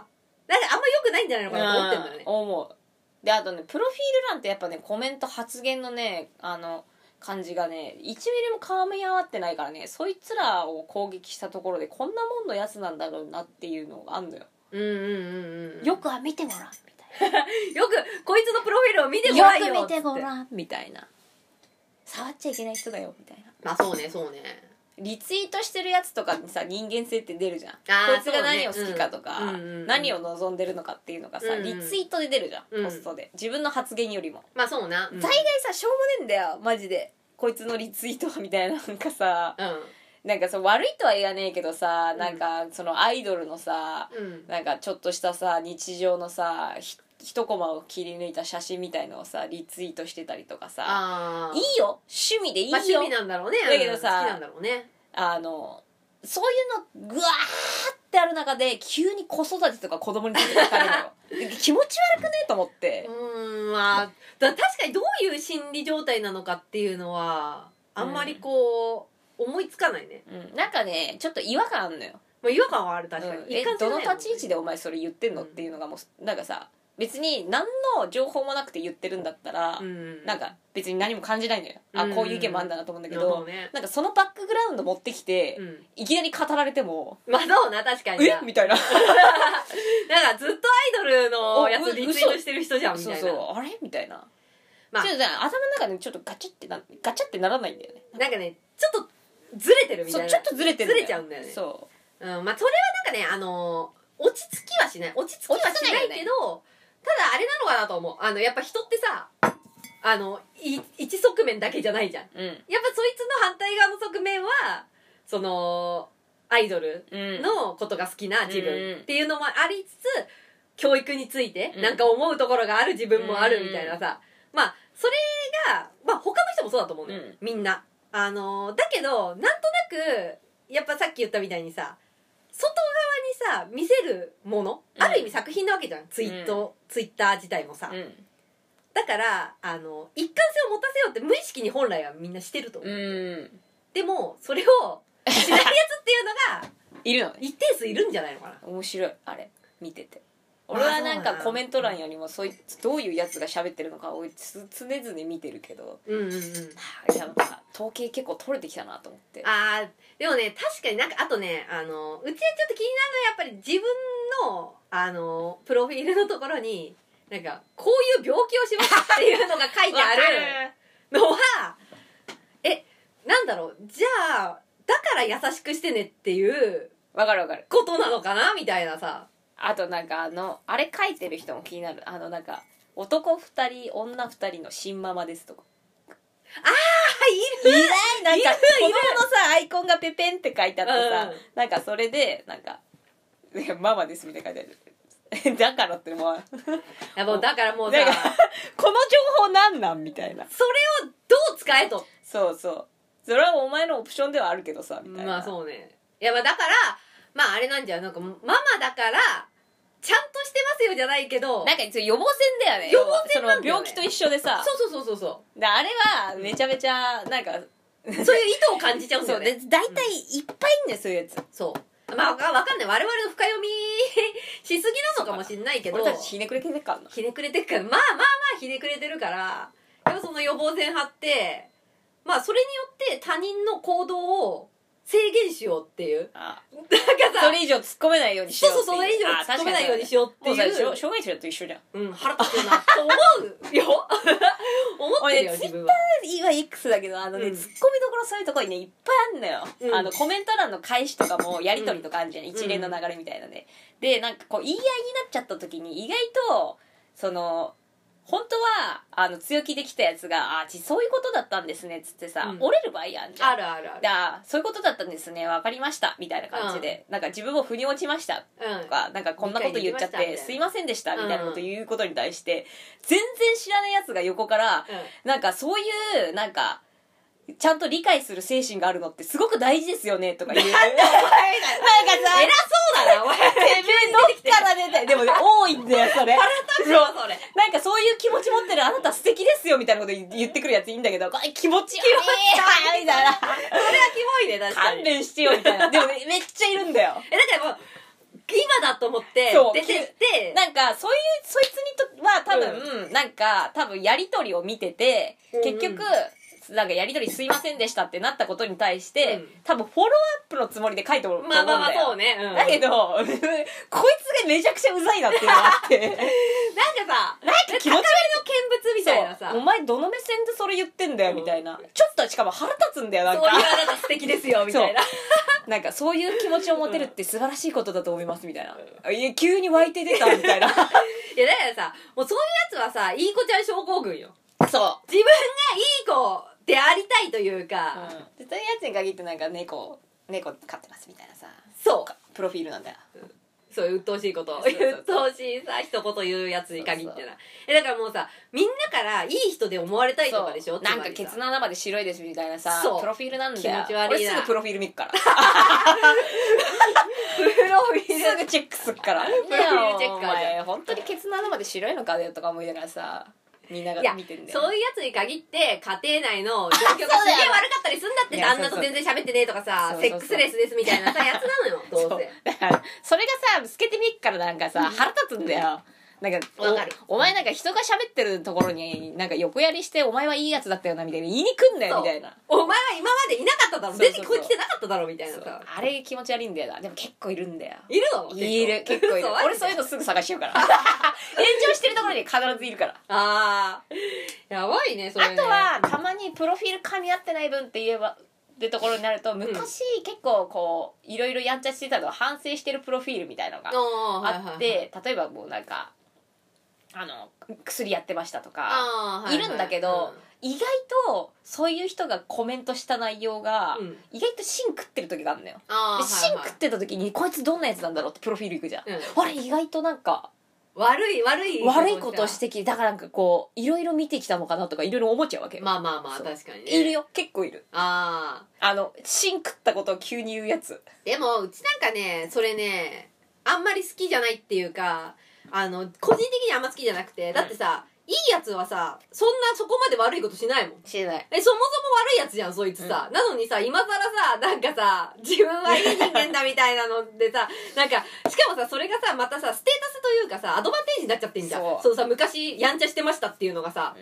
なんかあんま良くないんじゃないのかなと思ってんだよね。 思う。であとねプロフィール欄ってやっぱねコメント発言のねあの感じがねいちミリも噛み合わってないからね、そいつらを攻撃したところでこんなもんのやつなんだろうなっていうのがあんのよ。 うんうんうんうん。 よくは見てごらんみたいなよくこいつのプロフィールを見てごらんよ。 よく見てごらんみたいな、触っちゃいけない人だよみたいな。 まあそうねそうね。 リツイートしてるやつとかにさ人間性って出るじゃん。こいつが何を好きかとか、 ねうんうんうん、 何を望んでるのかっていうのがさ、うんうん、リツイートで出るじゃん、うん、ポストで自分の発言よりも。 まあそうな、 うん、大概さしょうもねえんだよマジでこいつのリツイートみたいな。なんかさ、うん、なんかそう悪いとは言わねえけどさ、うん、なんかそのアイドルのさ、うん、なんかちょっとしたさ日常のさ一コマを切り抜いた写真みたいのをさリツイートしてたりとかさ、いいよ趣味でいいよ、まあ、 趣味なんだろうね。 だけどさ、 好きなんだろうね。 あのそういうのグワーってある中で急に子育てとか子供について書かれるの気持ち悪くねえと思って。 うーんまあだ確かにどういう心理状態なのかっていうのはあんまりこう、うん、思いつかないね、 うん、なんかねちょっと違和感あるのよ。 まあ、違和感はある確かに、 うん、えどの立ち位置でお前それ言ってんの、うん、っていうのがもうなんかさ別に何の情報もなくて言ってるんだったら、うん、なんか別に何も感じないのよ、うん、あこういう意見もあるんだなと思うんだけど、うんね、なんかそのバックグラウンド持ってきて、うん、いきなり語られてもまあそうな確かにえみたいななんかずっとアイドルのやつリツイートしてる人じゃんみたいな。 そうそうあれみたいな、まあ、ちょっと頭の中でちょっとガチャってなガチャってならないんだよね。 なんかねちょっとずれてるみたいな。 そうちょっとずれてるずれちゃうんだよね。 そう、 うん、まあそれはなんかねあのー、落ち着きはしない落ち着きはしないけど、ただあれなのかなと思う。あのやっぱ人ってさあのい一側面だけじゃないじゃん、うん、やっぱそいつの反対側の側面はそのアイドルのことが好きな自分っていうのもありつつ、教育についてなんか思うところがある自分もあるみたいなさ、まあそれがまあ他の人もそうだと思うのよ、うん、みんな。あのだけどなんとなくやっぱさっき言ったみたいにさ外側にさ見せるもの、うん、ある意味作品なわけじゃん、ツイート、うん、ツイッター自体もさ、うん、だからあの一貫性を持たせようって無意識に本来はみんなしてると思う、うん、でもそれをしないやつっていうのがいるのね、 一定数いるんじゃないのかな。 面白いあれ見てて。俺はなんかコメント欄よりもそいつどういうやつが喋ってるのかを常々見てるけど、うんうんうん、いやなんか統計結構取れてきたなと思って。あーでもね確かになんかあとねあのうちはちょっと気になるのはやっぱり自分のあのプロフィールのところになんかこういう病気をしますっていうのが書いてあるのはえなんだろうじゃあだから優しくしてねっていうわかるわかることなのかなみたいなさ。 あとなんかあのあれ書いてる人も気になる。あのなんか男ふたり女ふたりの新ママですとか。 ああいるいないなんか子供のさアイコンがペペンって書いてあってさ、うん、なんかそれでなんかママですみたいな書いてあるだからってもういやもうだからもうさこの情報なんなんみたいな。 それをどう使えと。 そうそうそれはお前のオプションではあるけどさみたいな。 まあそうね。いやまあだからまああれなんじゃなんかママだからちゃんとしてますよじゃないけどなんかそれ予防線だよね。 予防線なんだよね。 その病気と一緒でさ。 そうそうそうそうそうだあれはめちゃめちゃなんかそういう意図を感じちゃうんだよね。 そうで大体いっぱいいんだよ、うん、そういうやつ。 そうまあわかんない我々の深読みしすぎなのかもしれないけど俺たちひねくれてるからな。 ひねくれてるからまあまあまあひねくれてるからやっぱその予防線張ってまあそれによって他人の行動を制限しようっていう。ああなんかさそれ以上突っ込めないようにしようっていう。 そうそうそれ以上突っ込めないようにしようっていう。 もうさ障害者と一緒じゃん。 うん腹立つなと思うよ思ってるよ自分は。 ツイッターは X だけどあのね、うん、突っ込みどころそういうところにねいっぱいあるんだよ、うん、あのコメント欄の返しとかもやり取りとかあるじゃん、うん、一連の流れみたいなね、うん、でなんかこう言い合いになっちゃった時に意外とその本当はあの強気できたやつがあそういうことだったんですねっつってさ、うん、折れる場合あるじゃん。 あるあるある。 だそういうことだったんですね分かりましたみたいな感じで、うん、なんか自分も腑に落ちましたとか、うん、なんかこんなこと言っちゃってすいませんでしたみたいなこと言うことに対して、うん、全然知らないやつが横から、うん、なんかそういうなんかちゃんと理解する精神があるのってすごく大事ですよねとか言う。なんかさ、 偉そうだな、お前。 てめえどっから出て。でもね、多いんだよ、それ。 腹立つわ、それ。 なんかそういう気持ち持ってるあなた素敵ですよみたいなこと言ってくるやついいんだけど、これ気持ち悪いみたいな。それはキモいね、確かに。 勘弁してよみたいな。でもね、めっちゃいるんだよ。 え、だからもう、 今だと思って出てってなんかそういうそいつにとは多分、うん、なんか多分やり取りを見てて、うん、結局なんかやり取りすいませんでしたってなったことに対して、うん、多分フォローアップのつもりで書いておると思うんだよ。まあまあまあそうね、うん、だけどこいつがめちゃくちゃうざいなっていうのがあってなんかさ、なんか気持ち悪いの見物みたいなさ、 お前どの目線でそれ言ってんだよみたいな、うん、ちょっとしかも腹立つんだよ、なんかそういうあなた素敵ですよみたいななんかそういう気持ちを持てるって素晴らしいことだと思いますみたいな、うん、いや急に湧いて出たみたいないやだからさ、もうそういうやつはさ、いい子ちゃん症候群よ。 そう自分がいい子でありたいというか、 うん、そういうやつに限ってなんか猫猫飼ってますみたいなさ、 そうプロフィールなんだよ、うん、 そういう鬱陶しいこと鬱陶しいさ一言言うやつに限ってな。そうそうえだからもうさ、みんなからいい人で思われたいとかでしょ。 なんかケツの穴まで白いですみたいなさ、プロフィールなんだよ。 気持ち悪いな。 俺すぐプロフィール見っからプロフィールすぐチェックすっからプロフィールチェックはね、本当にケツの穴まで白いのかねとか思いながらさ、みんなが見てんだよ。 そういうやつに限って家庭内の状況がすげえ悪かったりすんだって旦那と全然喋ってねえとかさ、セックスレスですみたいなさやつなのよどうせ。 だからそれがさ透けてみっからなんかさ腹立つんだよ。なんか お, お前なんか人が喋ってるところになんか横やりしてお前はいいやつだったよなみたいな言いに来んだよみたいな。 お前は今までいなかっただろ、出て来てなかっただろみたいなさ。 あれ気持ち悪いんだよな。でも結構いるんだよ。 いるの？ いる、結構いる。俺そういうのすぐ探しちゃうから炎上してるところに必ずいるから。 あーやばいねそれね。 あとはたまにプロフィール噛み合ってない分って言えばってところになると、昔、うん、結構こういろいろやんちゃしてたのを反省してるプロフィールみたいなのがあって、はいはいはい、例えばもうなんかあの薬やってましたとか、はいはい、いるんだけど、うん、意外とそういう人がコメントした内容が、うん、意外と芯食ってる時があるのよ。で芯食ってた時にこいつどんなやつなんだろうってプロフィールいくじゃん、うん、あれ意外となんか悪い悪い悪いことをしてきて、だからなんかこういろいろ見てきたのかなとかいろいろ思っちゃうわけよ。 まあまあまあ確かにね、いるよ、結構いる。 あああの芯食ったことを急に言うやつ。 でもうちなんかねそれねあんまり好きじゃないっていうか、あの個人的にあんま好きじゃなくて、だってさ、うん、いいやつはさそんなそこまで悪いことしないもん。 しない。 えそもそも悪いやつじゃんそいつさ、うん、なのにさ今更さなんかさ自分はいい人間だみたいなのでさなんかしかもさそれがさまたさステータスというかさアドバンテージになっちゃってんじゃん。そうそうさ昔やんちゃしてましたっていうのがさ、うん、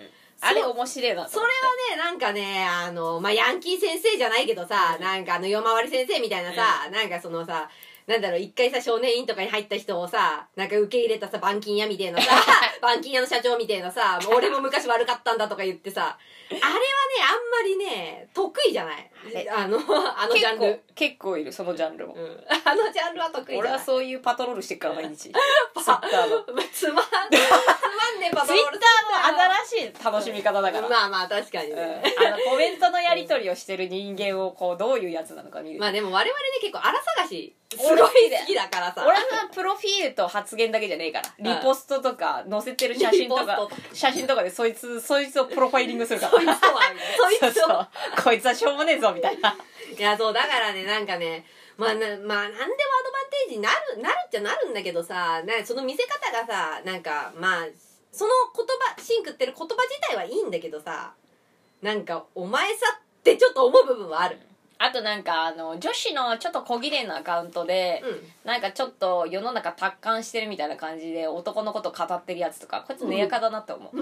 あれ面白いな。 それはねなんかねあのまあヤンキー先生じゃないけどさ、うん、なんかあの夜回り先生みたいなさ、うん、なんかそのさなんだろう一回さ少年院とかに入った人をさなんか受け入れたさ板金屋みたいなさ板金屋の社長みたいなさ俺も昔悪かったんだとか言ってさあれはねあんまりね得意じゃないあのあのジャンル。 結構いるそのジャンルも、うん、 あのジャンルは得意じゃない。 俺はそういうパトロールしてっから毎日ツイッターのつまんつまんねえパトロール。 ツイッターの新しい楽しみ方だからまあまあ確かにね、 うん、あのコメントのやり取りをしてる人間をこうどういうやつなのか見る。 まあでも我々ね結構荒探しすごい好きだからさ。 俺はプロフィールと発言だけじゃねえからリポストとか載せてる写真とか写真とかでそいつそいつをプロファイリングするからそいつはそいつをそうこいつはしょうもねえぞみたいな。 いやそうだからねなんかねまあな、まあ、なんでもアドバンテージになるなるっちゃなるんだけどさなその見せ方がさなんかまあその言葉シンクってる言葉自体はいいんだけどさなんかお前さってちょっと思う部分はある。 あとなんかあの女子のちょっと小綺麗なアカウントで、うん、なんかちょっと世の中達観してるみたいな感じで男のこと語ってるやつとかこいつ根やかだなって思う、うん、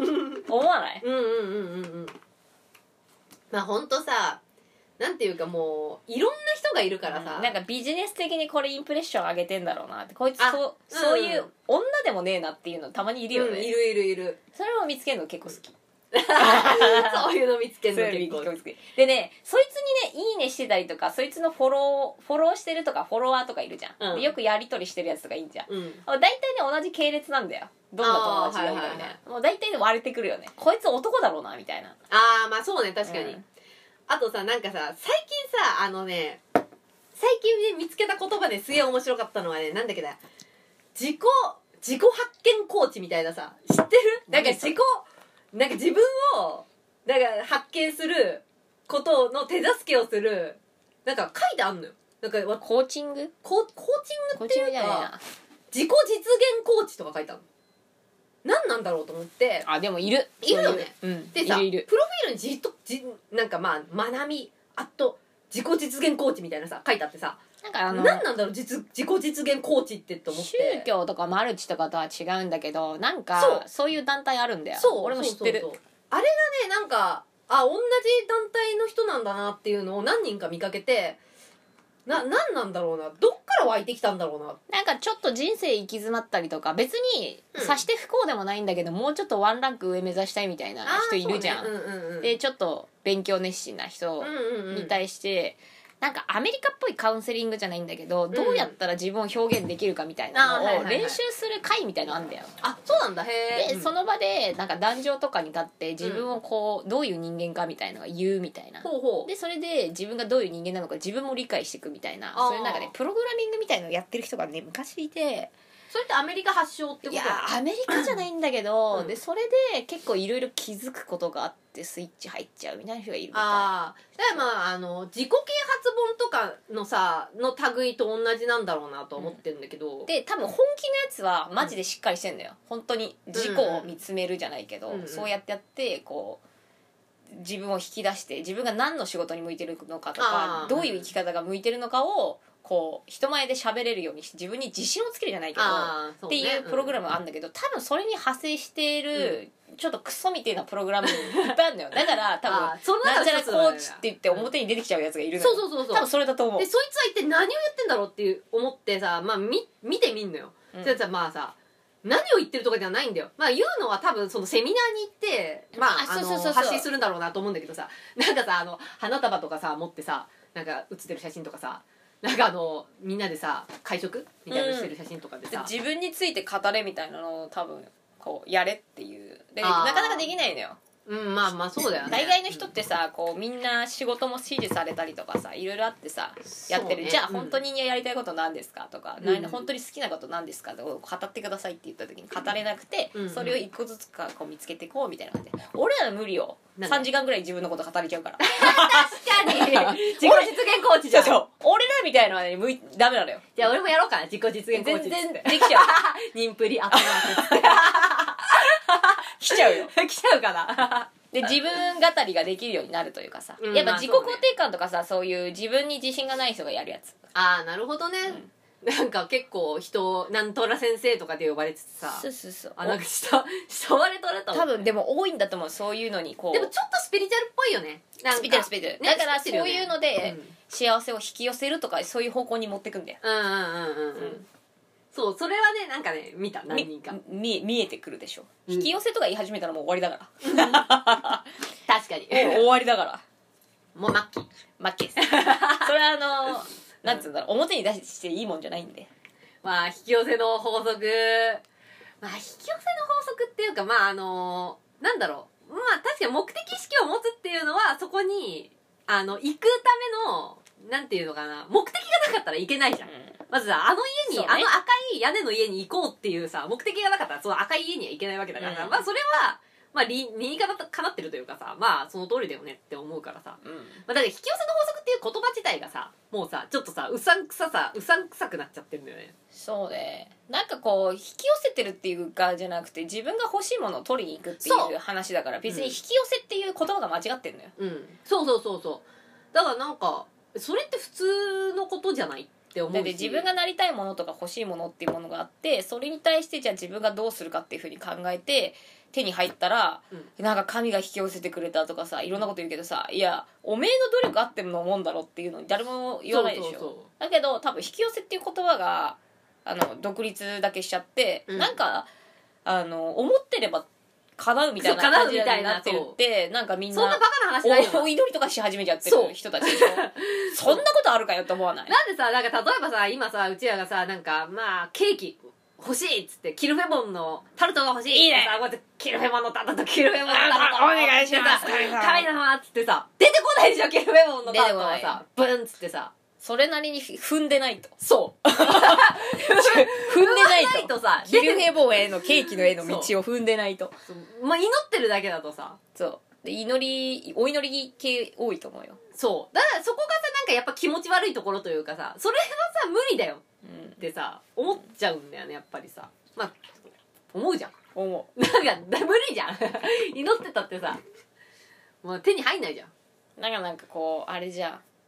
思わない？ うんうんうんうんうんまあほんとさなんていうかもういろんな人がいるからさ、 うん、なんかビジネス的にこれインプレッション上げてんだろうなってこいつそう、そういう女でもねえなっていうのたまにいるよね、うん、 いるいるいる。 それを見つけるの結構好きそういうの見つけるの結構好きでねそいつにねいいねしてたりとかそいつのフォローフォローしてるとかフォロワーとかいるじゃん、うん、でよくやり取りしてるやつとかいいんじゃん、うん、大体ね同じ系列なんだよどんな友達がいるかみたいな、はいはいはい、もう大体ね割れてくるよねこいつ男だろうなみたいな。 あーまあそうね確かに、うん、あとさなんかさ最近さあのね最近ね見つけた言葉ですげえ面白かったのはねなんだっけだ自己自己発見コーチみたいなさ知ってる？なんか自己なんか自分をなんか発見することの手助けをするなんか書いてあんのよ。なんかコーチングココーチングっていうか自己実現コーチとか書いてあるの。何なんだろうと思って。 あでもいるいるよね。 うん、 でさいるいるプロフィールにじっとじなんかまあ学びあと自己実現コーチみたいなさ書いてあってさ、 なんかあの何なんだろう実自己実現コーチってって思って。 宗教とかマルチとかとは違うんだけど、なんかそうそういう団体あるんだよ。 そう俺も知ってる。 そうそうそう、あれがねなんかあ同じ団体の人なんだなっていうのを何人か見かけて、な何なんだろうな、どっから湧いてきたんだろうな。 なんかちょっと人生行き詰まったりとか、別にさして不幸でもないんだけど、うん、もうちょっとワンランク上目指したいみたいな人いるじゃん、ね、うんうんうん、でちょっと勉強熱心な人に対して、うんうんうん、なんかアメリカっぽいカウンセリングじゃないんだけど、どうやったら自分を表現できるかみたいなのを練習する会みたいなのあんだよ。 あ、そうなんだ。へえ。 で、うん、その場でなんか壇上とかに立って自分をこうどういう人間かみたいなのが言うみたいな、ほうほう、でそれで自分がどういう人間なのか自分も理解していくみたいな、そういうなんかねプログラミングみたいなのをやってる人がね昔いて、 それってアメリカ発祥ってこと？ いやアメリカじゃないんだけど、うん、でそれで結構いろいろ気づくことがあってスイッチ入っちゃうみたいな人がいるみたい。 ああ、だからまああの自己啓発本とかのさの類と同じなんだろうなと思ってるんだけど、 うん、で多分本気のやつはマジでしっかりしてんだよ、うん、本当に自己を見つめるじゃないけど、うんうん、そうやってやってこう自分を引き出して自分が何の仕事に向いてるのかとかどういう生き方が向いてるのかをこう人前で喋れるようにして自分に自信をつけるじゃないけど、ね、っていうプログラムがあるんだけど、多分それに派生している、うん、ちょっとクソみたいなプログラムいっぱいあるんだよ。だから多分なんちゃらコーチって言って表に出てきちゃうやつがいるのよ。 そうそうそうそう、 多分それだと思う。 でそいつは一体何を言ってんだろうっていう思ってさ、まあ、み見てみんのよ、うん、それさまあさ何を言ってるとかじゃないんだよ。まあ言うのは多分そのセミナーに行ってまああの発信するんだろうなと思うんだけどさ、なんかさあの花束とかさ持ってさなんか写ってる写真とかさ、なんかあのみんなでさ会食みたいなのしてる写真とかでさ、 うん、自分について語れみたいなのを多分こうやれっていうでなかなかできないのよ。 うん、まあまあそうだよね。 大概の人ってさこうみんな仕事も指示されたりとかさいろいろあってさやってる、ね、じゃあ本当にやりたいこと何ですかとか、うん、本当に好きなこと何ですかとか語ってくださいって言った時に語れなくて、うん、それを一個ずつかこう見つけていこうみたいな感じで、俺ら無理よ。さんじかんぐらい自分のこと語れちゃうから確かに自己実現コーチじゃん。 そうそう俺らみたいなのはねむいダメなのよ。 じゃあ俺もやろうかな自己実現コーチ。 全然できちゃう妊婦リアットマークって来ちゃうよ来ちゃうかなで自分語りができるようになるというかさ、うん、やっぱ自己肯定感とかさ、まあ そうね、そういう自分に自信がない人がやるやつ。 ああなるほどね、うん、なんか結構人なんとら先生とかで呼ばれててさ、 そうそうそう、 あなんか下下割れとれた多分でも多いんだと思うそういうのにこう。 でもちょっとスピリチュアルっぽいよね。なんかスピリチュアルスピリチュアル、ね、だからそういうので、うん、幸せを引き寄せるとかそういう方向に持ってくんだよ。 うんうんうんうん、うん、そうそれはねなんかね見た何人か見見えてくるでしょ、うん、引き寄せとか言い始めたらもう終わりだから確かにもう終わりだからもう末期末期ですそれはあのなんつうんだろう表に出していいもんじゃないんで、 まあ引き寄せの法則、まあ引き寄せの法則っていうかまああのなんだろう、まあ確かに目的意識を持つっていうのはそこにあの行くためのなんていうのかな目的がなかったらいけないじゃん、うん、まずさあの家に、ね、あの赤い屋根の家に行こうっていうさ目的がなかったらその赤い家には行けないわけだから、うん、まあそれはまあ理理にかなってるというかさまあその通りだよねって思うからさ、うんまあ、だから引き寄せの法則っていう言葉自体がさもうさちょっとさうさんくささうさんくさくなっちゃってるんだよね。 そうね、なんかこう引き寄せてるっていうかじゃなくて自分が欲しいものを取りに行くっていう話だから別に引き寄せっていう言葉が間違ってるのよ、うん、 そうそうそうそうだからなんかそれって普通のことじゃないって思うし、だって自分がなりたいものとか欲しいものっていうものがあってそれに対してじゃあ自分がどうするかっていうふうに考えて手に入ったら、うん、なんか神が引き寄せてくれたとかさいろんなこと言うけどさ、いやおめえの努力あってのもんだろっていうのに誰も言わないでしょ。そうそうそうだけど多分引き寄せっていう言葉があの独立だけしちゃって、うん、なんかあの思ってれば叶うみたいな感じになってるってなんかみんなそんなバカな話ないよお祈りとかし始めちゃってる人たちでしょそんなことあるかよって思わない？ なんでさなんか例えばさ今さうちらがさなんかまあケーキ欲しいっつってキルフェボンのタルトが欲しいいいねさこうやってキルフェボンのタルトキルフェボンのタルトお願いします神様っつってさ出てこないでしょキルフェボンのタルトがさブンっつってさそれなりに踏んでないとそう踏んでないとないとさキルフェボンへのケーキのへの道を踏んでないとまあ祈ってるだけだとさそうで祈りお祈り系多いと思うよ。 そうだからそこがさなんかやっぱ気持ち悪いところというかさそれはさ無理だよってさ思っちゃうんだよねやっぱりさまあ思うじゃん思うなんか無理じゃん祈ってたってさもう手に入んないじゃん。 なんかなんかこうあれじゃん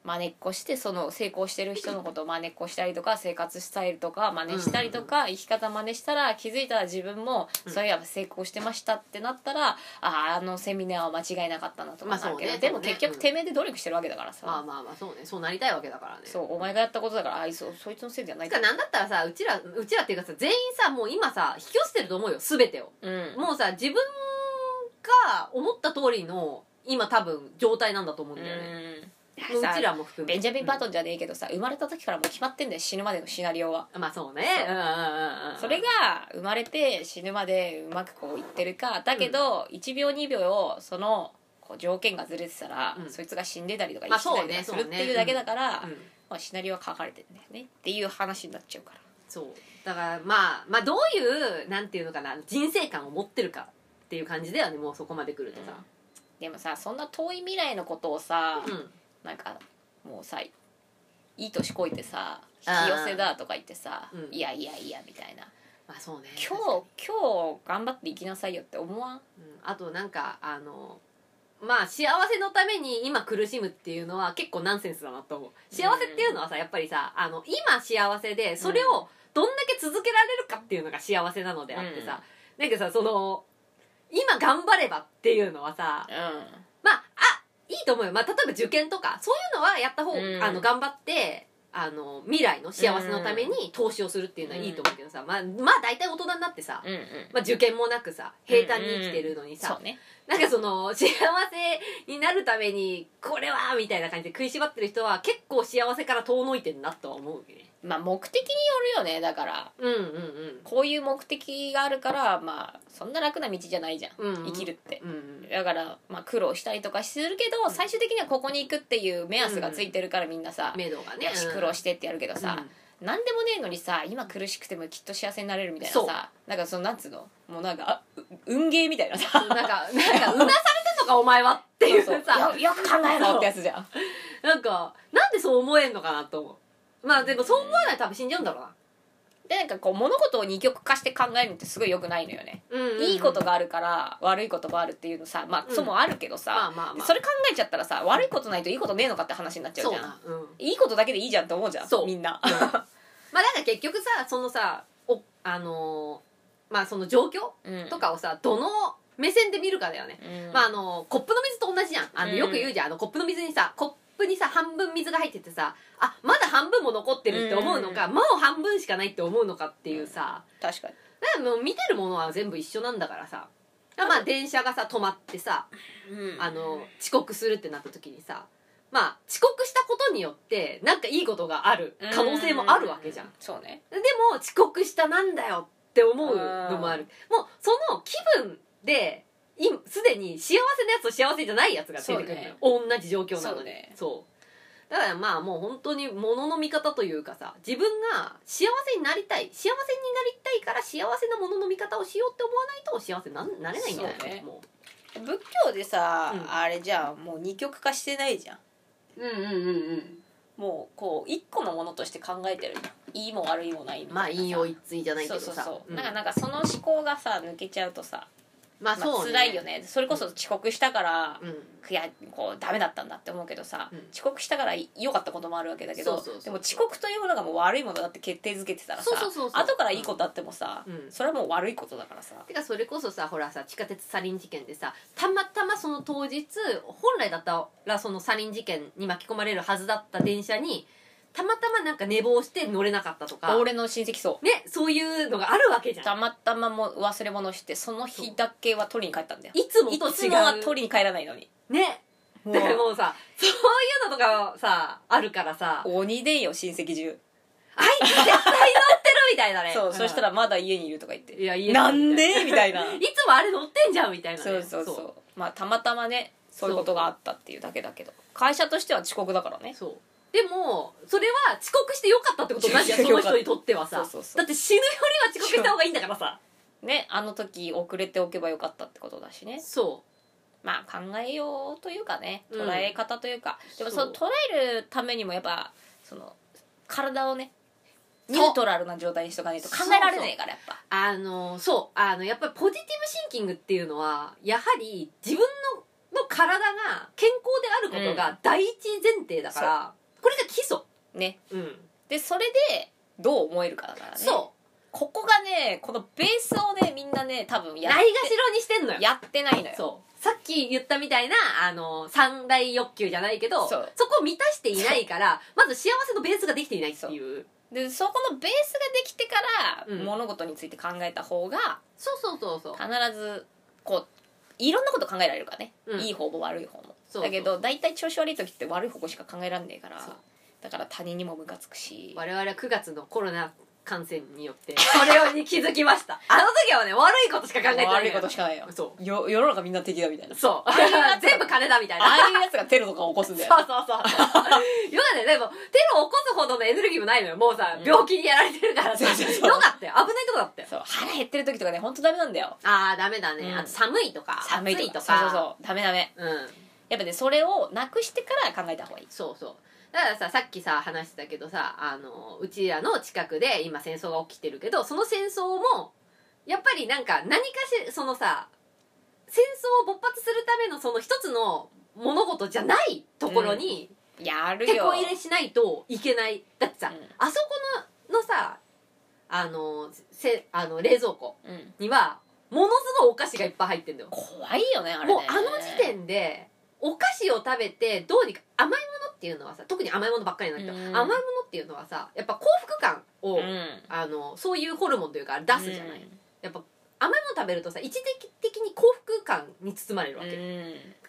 真似っこしてその成功してる人のことを真似っこしたりとか生活スタイルとか真似したりとか、生き方真似したら気づいたら自分もそういえば成功してましたってなったら、あああのセミナーは間違いなかったなとかなるけど、でも結局てめえで努力してるわけだからさ、 まあまあまあそうね、そうなりたいわけだからね。 そうお前がやったことだから、あいつそいつのせいじゃないかなんだったらさ、うちらうちらっていうかさ、全員さもう今さ引き寄せてると思うよ全てを、うん、もうさ自分が思った通りの今多分状態なんだと思うんだよね、うんうちらも含めベンジャミン・バトンじゃねえけどさ、生まれた時からもう決まってんだよ、死ぬまでのシナリオは。 まあそうね、うんうんうんうん、 それが生まれて死ぬまでうまくこういってるかだけど、うん、いちびょうにびょうをそのこう条件がずれてたら、うん、そいつが死んでたりとか生きてたりとかするっていうだけだから、まあねねうんまあ、シナリオは書かれてるんだよねっていう話になっちゃうから。 そうだからまあまあどういうなんていうのかな人生観を持ってるかっていう感じだよね、もうそこまで来るとさ、うん、 でもさそんな遠い未来のことをさ、うん、なんかもうさいい年こいてさ引き寄せだとか言ってさ、うん、いやいやいやみたいな、 まあそうね、 今日今日頑張って生きなさいよって思わん、うん、 あとなんかあのまあ幸せのために今苦しむっていうのは結構ナンセンスだなと思う。幸せっていうのはさやっぱりさあの今幸せでそれをどんだけ続けられるかっていうのが幸せなのであってさ、うん、なんかさその今頑張ればっていうのはさ、うん、まああいいと思うよ、まあ、例えば受験とかそういうのはやった方、うん、あの頑張ってあの未来の幸せのために投資をするっていうのはいいと思うけどさ、まあ、まあ大体大人になってさ、うんうんまあ、受験もなくさ平坦に生きてるのにさ、うんうんね、なんかその幸せになるためにこれはみたいな感じで食いしばってる人は結構幸せから遠のいてるなとは思うね。 まあ目的によるよね、だからうんうんうんこういう目的があるからまあそんな楽な道じゃないじゃん、うんうん、生きるって、うんうん、だからまあ苦労したりとかするけど、うん、最終的にはここに行くっていう目安がついてるからみんなさ、 うん、目処がねよし苦労してってやるけどさ、うん、なんでもねえのにさ今苦しくてもきっと幸せになれるみたいなさ、なんかそのなんつうのもうなんか運ゲーみたいなさなんかなんかうなされてんのかお前はっていうさよ, よく考えろってやつじゃんなんかなんでそう思えんのかなと思う。まあでもそう思わないと多分死んじゃうんだろうな。 でなんかこう物事を二極化して考えるのってすごい良くないのよね、うんうんうん、いいことがあるから悪いこともあるっていうのさまあ、うん、そもあるけどさ、まあまあまあ、それ考えちゃったらさ悪いことないといいことねえのかって話になっちゃうじゃん、そうな、うん、いいことだけでいいじゃんって思うじゃんみんな、うん、まあだから結局さそのさおあのー、まあその状況とかをさ、うん、どの目線で見るかだよね、うん、まああのコップの水と同じじゃん。あのよく言うじゃん、あのコップの水にさコップにさ半分水が入っててさあまだ半分も残ってるって思うのか、うん、もう半分しかないって思うのかっていうさ、 うん、確かにだからもう見てるものは全部一緒なんだからさ、まあ電車がさ止まってさ、うん、あの遅刻するってなった時にさまあ遅刻したことによってなんかいいことがある可能性もあるわけじゃん、うん、 そうね。 でも遅刻したなんだよって思うのもある。もうその気分ですでに幸せなやつと幸せじゃないやつが出てくるのよ、ね、同じ状況なので、ね、そうだからまあもう本当に物の見方というかさ自分が幸せになりたい幸せになりたいから幸せなものの見方をしようって思わないと幸せに な, なれないんじゃないの、ね、もう仏教でさ、うん、あれじゃあもう二極化してないじゃん。 うんうんうんうんもうこう一個のものとして考えてるいいも悪いもないみたいなまあ引用一対じゃないけどさそうそうそう、 うん、 なんかなんかその思考がさ抜けちゃうとさまあそうね、まあ、 辛いよね。それこそ遅刻したから、うん、いやこうダメだったんだって思うけどさ、うん、遅刻したから良かったこともあるわけだけど、そうそうそうそうでも遅刻というものがもう悪いものだって決定づけてたらさ後からいいことあってもさ、うん、それはもう悪いことだからさ。 てかそれこそさほらさ地下鉄サリン事件でさたまたまその当日本来だったらそのサリン事件に巻き込まれるはずだった電車にたまたまなんか寝坊して乗れなかったとか俺の親戚そうねそういうのがあるわけじゃん。 たまたまも忘れ物してその日だけは取りに帰ったんだよ。 いつもと違ういつもは取りに帰らないのにね。だからもうさそういうのとかさあるからさ鬼でよ親戚中あいつ絶対乗ってるみたいなねそう、うん、そしたらまだ家にいるとか言っていや家なんでみたいないつもあれ乗ってんじゃんみたいな、ね、 そうそうそうそうまあたまたまねそういうことがあったっていうだけだけど会社としては遅刻だからね。 そうでもそれは遅刻してよかったってことなんじゃんその人にとってはさそうそうそうだって死ぬよりは遅刻した方がいいんだからさねあの時遅れておけばよかったってことだしね。 そうまあ考えようというかね捉え方というか、うん、でもその捉えるためにもやっぱその体をねニュートラルな状態にしとかないと考えられないからやっぱあのそうあのやっぱりポジティブシンキングっていうのはやはり自分のの考体が健康であることが第一前提だから、うん、これが基礎ね、 うん、 でそれでどう思えるかだからね。 そうここがね、このベースをねみんなね多分やってないがしろにしてんのよ。 やってないのよ。 そうさっき言ったみたいなあの三大欲求じゃないけど、 そ, そこを満たしていないからまず幸せのベースができていないっていう。 でそこのベースができてから、うん、物事について考えた方がそうそうそうそう必ずこういろんなこと考えられるからね、うん、いい方も悪い方も。そうそうだけど大体調子悪い時って悪い方向しか考えらんねえから、だから他人にもムカつくし。 我々はくがつのコロナ感染によってそれに気づきました。あの時はね悪いことしか考えてない。 悪いことしかないよ。そうよ世の中みんな敵だみたいな。 そう全部金だみたいな。 ああいうやつがテロとか起こすんだよ。 そうそうそうよかね。でもテロ起こすほどのエネルギーもないのよ。もうさ、うん、病気にやられてるからさ。そうそうそうよかったよ。危ないとこだったよ。 そう腹減ってる時とかねほんとダメなんだよ。 ああダメだね、うん、あと寒いとか寒いとか暑いとかそうそうそうダメダメ。うんやっぱねそれをなくしてから考えた方がいい。 そうそうだからさ、さっきさ話してたけどさ、あのうちらの近くで今戦争が起きてるけど、その戦争もやっぱりなんか何かしそのさ戦争を勃発するためのその一つの物事じゃないところに、 うん、やるよ手こ入れしないといけない。だってさ、うん、あそこののさあのせあの冷蔵庫にはものすごいお菓子がいっぱい入ってんだよ。 怖いよねあれね。 もうあの時点でお菓子を食べてどうにか甘いものっていうのはさ、特に甘いものばっかりなんだけど、うん、甘いものっていうのはさやっぱ幸福感を、うん、あのそういうホルモンというか出すじゃない、うん、やっぱ甘いもの食べるとさ一時的に幸福感に包まれるわけ、うん、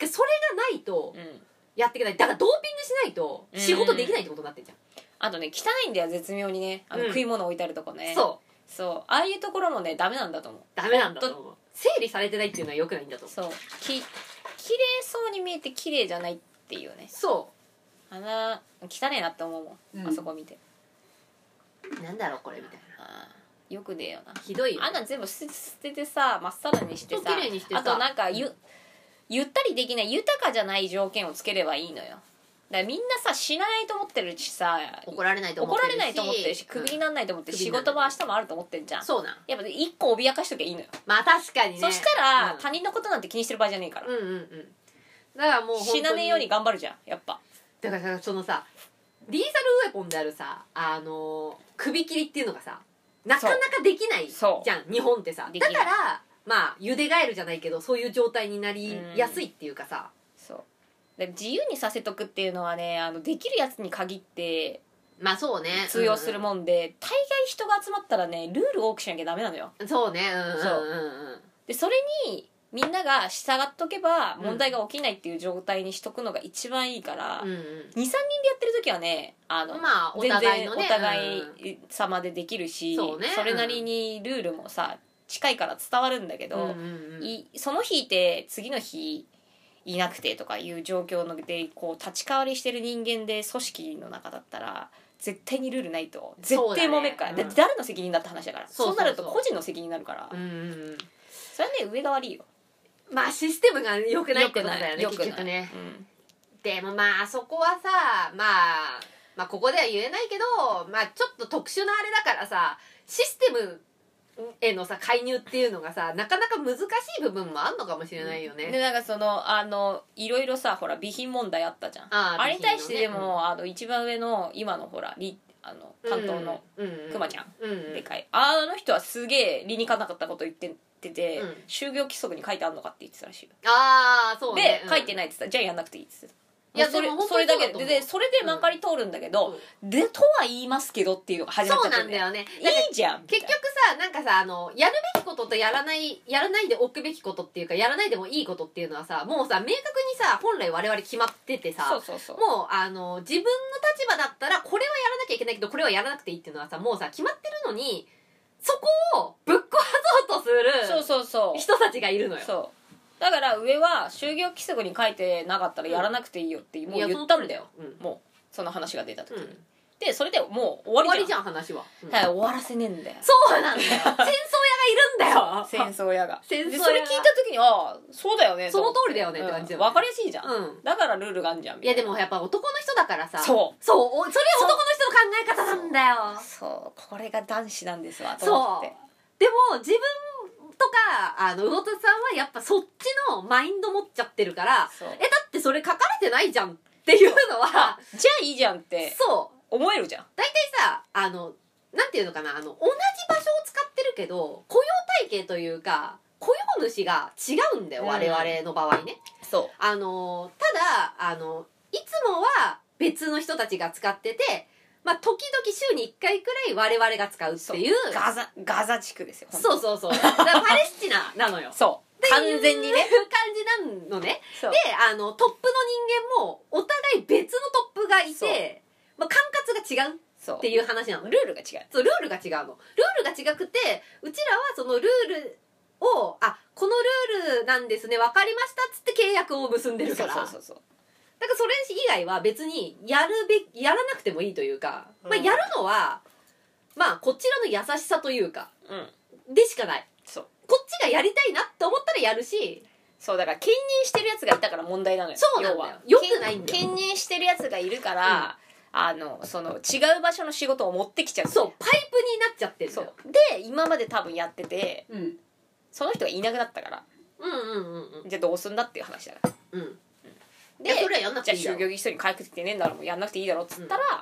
それがないとやっていけない。だからドーピングしないと仕事できないってことになってんじゃん、 あとね汚いんだよ絶妙にねあの、うん、食い物置いてあるとこね。 そうそうああいうところもねダメなんだと思う。 ダメなんだと思う。整理されてないっていうのは良くないんだと思う。 そうき綺麗そうに見えて綺麗じゃないっていうね。 そう鼻汚ねえなって思うもん、うん、あそこ見てなんだろうこれみたいな。 あよくねえよな。 ひどいよ。 あんなん全部捨て捨ててさまっさらにしてさ、 綺麗にしてさ、 あとなんかゆゆったりできない豊かじゃない条件をつければいいのよ。だからみんなさ死なないと思ってるしさ怒られないと思ってるし怒られないと思ってるしクビにならないと思ってるし、うん、仕事も明日もあると思ってんじゃん。 そうなんやっぱ一個脅かしときゃいいのよ。 まあ確かにね。 そしたら、 うん、 他人のことなんて気にしてる場合じゃねえから。 うんうんうんだからもう死なねえように頑張るじゃんやっぱ。 だからそのさリーサルウェポンであるさあの首切りっていうのがさなかなかできないじゃん日本ってさ。だからまあゆでガエルじゃないけどそういう状態になりやすいっていうかさ、 うん、そうで自由にさせとくっていうのはねあのできるやつに限ってまあそうね通用するもんで、うんうん、大概人が集まったらねルール多くしなきゃダメなのよ。そうねうんうんうん、うん、でそれにみんなが従っとけば問題が起きないっていう状態にしとくのが一番いいから、うんうん、にさんにんでやってる時はねあの、まあ、お互いのね、全然お互い様でできるし、うん、そ, それなりにルールもさ近いから伝わるんだけど、うんうんうん、いその日いて次の日いなくてとかいう状況のでこう立ち代わりしてる人間で組織の中だったら絶対にルールないと絶対揉めっから、ねうん、だって誰の責任だって話だから。そうそうそうそうなると個人の責任になるから、うんうんうん、それはね上が悪いよ。 まあシステムが良くないってことだよね結局ね、うん、でもまあそこはさ、まあ、まあここでは言えないけどまあちょっと特殊なあれだからさシステムへのさ介入っていうのがさなかなか難しい部分もあんのかもしれないよね、うん、 でなんかそのあのいろいろさほら備品問題あったじゃん。 あ, あれに対してでも、ねうん、あの一番上の今のほらリあの担当のくまちゃん、うんうん、でかいあの人はすげえ理にかなかったこと言っててて、うん、就業規則に書いてあるのかって言ってたらしいよ。 ああそうね、 で、うん、書いてないって言ったらじゃあやんなくていいって言ってた。いやそれそれだけででそれでまかり通るんだけど、うん、でとは言いますけどっていうのが始まっちゃって、 そうなんだよね。 いいじゃん結局さなんかさあのやるべきこととやらないやらないでおくべきことっていうかやらないでもいいことっていうのはさもうさ明確にさ本来我々決まっててさそうそうそうもうあの自分の立場だったらこれはやらなきゃいけないけどこれはやらなくていいっていうのはさもうさ決まってるのにそこをぶっ壊そうとするそうそうそう人たちがいるのよ。 そうだから上は就業規則に書いてなかったらやらなくていいよってもう言ったんだよ、うん、もうその話が出た時に、うん、でそれでもう終わりじゃん終わりじゃん話は、 うん、だから終わらせねえんだよ。 そうなんだよ戦争屋がいるんだよ戦争屋が戦争屋がでそれ聞いた時にあそうだよねその通りだよねって感じだよね、 分かりやすいじゃん、うん、だからルールがあんじゃんみたいな。 いやでもやっぱ男の人だからさそうそうそれは男の人の考え方なんだよ。 そうこれが男子なんですわと思って。 そうでも自分とかあの魚田さんはやっぱそっちのマインド持っちゃってるからえだってそれ書かれてないじゃんっていうのはじゃあいいじゃんってそう思えるじゃん。 大体さあのなんていうのかなあの同じ場所を使ってるけど雇用体系というか雇用主が違うんだよ、うん、我々の場合ね。 そうあのただあのいつもは別の人たちが使っててまあ時々週にいっかいくらい我々が使うっていうガザガザ地区ですよ。 そうそうそうだからパレスチナなのよそう完全にね感じなのね。であのトップの人間もお互い別のトップがいて、まあ、管轄が違うっていう話なの。 ルールが違う。 そうルールが違うの。ルールが違くてうちらはそのルールをあこのルールなんですね分かりましたっつって契約を結んでるから。そうそうそうだからそれ以外は別にやるべやらなくてもいいというか、うん、まあ、やるのはまあこちらの優しさというか、うん、でしかない。そうこっちがやりたいなって思ったらやるし。 そうだから兼任してるやつがいたから問題なのよ。 そうなんだよ。よくないんだよ。 兼任してるやつがいるから、うん、あのその違う場所の仕事を持ってきちゃう。 そうパイプになっちゃってるんだよ。 で今まで多分やってて、うん、その人がいなくなったからうんうんうんうんじゃあどうすんだっていう話だから。うん。でそれはやんなくていいだろ。じゃあ就業一人に帰ってきてねえんだろもうやんなくていいだろっつったら、うん、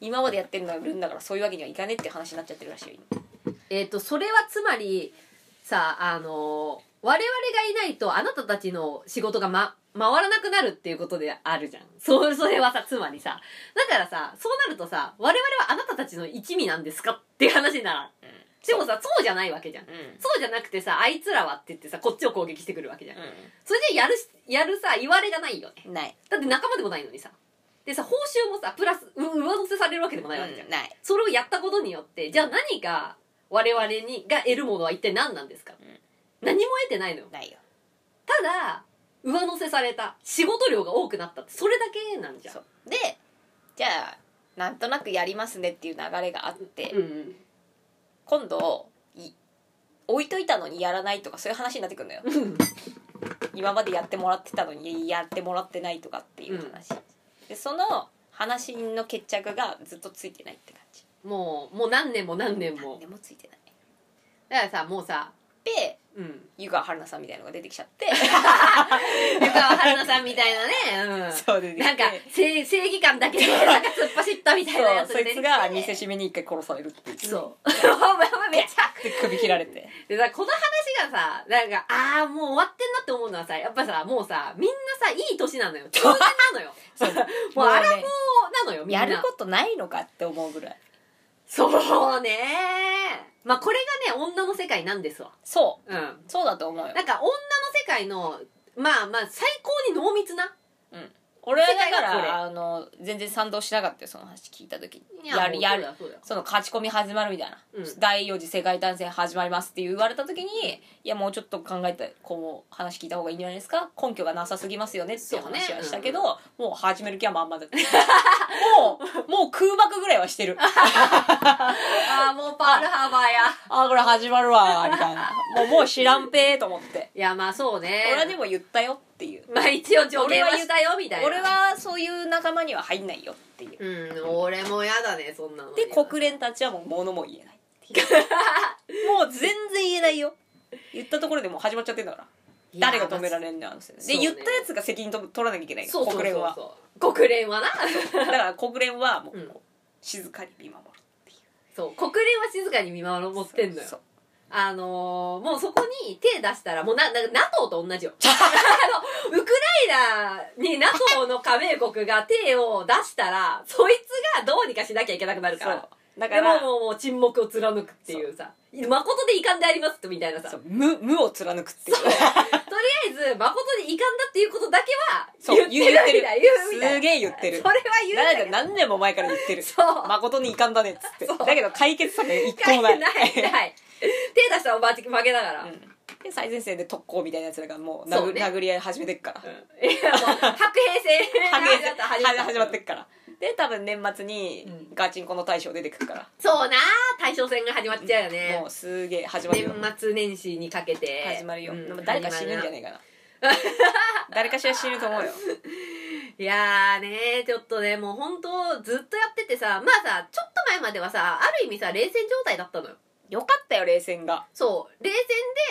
今までやってるんだからそういうわけにはいかねえっていう話になっちゃってるらしいよ。 えっとそれはつまりさあの我々がいないとあなたたちの仕事がま回らなくなるっていうことであるじゃん。そそれはさつまりさだからさそうなるとさ我々はあなたたちの一味なんですかっていう話なら、うん、でもさそうじゃないわけじゃん、うん、そうじゃなくてさあいつらはって言ってさこっちを攻撃してくるわけじゃん、うん、それでやるやるさ言われがないよね。 ないだって仲間でもないのにさでさ報酬もさプラスう上乗せされるわけでもないわけじゃん、うん、ないそれをやったことによってじゃあ何が我々にが得るものは一体何なんですか、うん、何も得てないのよ。 ないよ。 ただ上乗せされた仕事量が多くなったってそれだけなんじゃん。 でじゃあなんとなくやりますねっていう流れがあって、うんうん、今度い置いといたのにやらないとかそういう話になってくるのよ今までやってもらってたのにやってもらってないとかっていう話、うん、でその話の決着がずっとついてないって感じ。 もうもう何年も何年も何年もついてない。 だからさもうさで、うん、湯川春菜さんみたいなのが出てきちゃって湯川春菜さんみたいなね、うん、そうでなんか正義感だけでなんか突っ走ったみたいなやつで、ね、そいつが見せしめに一回殺されるっていう。 そうめっちゃ首切られてでさこの話がさなんかああもう終わってんなって思うのはさやっぱさもうさみんなさいい年なのよ中年なのよもうアラフォーなのよみんなやることないのかって思うぐらい。 そうねまあこれがね女の世界なんですわ。 そう、うん、そうだと思うよ。 なんか女の世界のまあまあ最高に濃密な、 うん、俺はだからあの全然賛同しなかったよその話聞いた時に。やるやるその勝ち込み始まるみたいな、うん、だいよん次世界大戦始まりますって言われた時にいやもうちょっと考えてこう話聞いた方がいいんじゃないですか根拠がなさすぎますよねっていう話はしたけど、ねうん、もう始める気はまんまだったもうもう空爆ぐらいはしてるああもうパールハーバーやあこれ始まるわみたいなもうもう知らんぺーと思っていやまあそうね俺はでも言ったよっていうまあ一応助言はしたよみたいな俺はそういう仲間には入んないよっていううん俺もやだねそんなので国連たちはもう物も言えないっていうもう全然言えないよ言ったところでもう始まっちゃってんだから誰が止められんねんで、ね、言ったやつが責任取らなきゃいけないから国連は国連はなだから国連はもう、うん、静かに見守るっていうそう国連は静かに見守ってんのよ。そうあのー、もうそこに手出したらもうなな NATO と同じよあのウクライナに NATO の加盟国が手を出したらそいつがどうにかしなきゃいけなくなるからだからでももう沈黙を貫くっていうさ誠で遺憾でありますってみたいなさ無, 無を貫くっていうとりあえず誠で遺憾だっていうことだけは言ってるみたいな言うみたいなすげえ言ってるそれは言うんだけど何年も前から言ってるそう誠に遺憾だねっつってだけど解決策一個もないないない手出したら負けだから、うん、 で最前線で特攻みたいなやつらがもう 殴, ね、殴り合い始めてっから、うん、 いやもう白兵戦白兵戦始まってっからで多分年末にガチンコの大将出てくるから、うん、 そうな大将戦が始まっちゃうよね、 うん、もうすげえ始まるよ年末年始にかけて始まるよ、うん、でも誰か死ぬんじゃねえかな誰かしら死ぬと思うよいやーねちょっとねもう本当ずっとやっててさまあさちょっと前まではさある意味さ冷戦状態だったのよ。 よかったよ冷戦が。 そう冷戦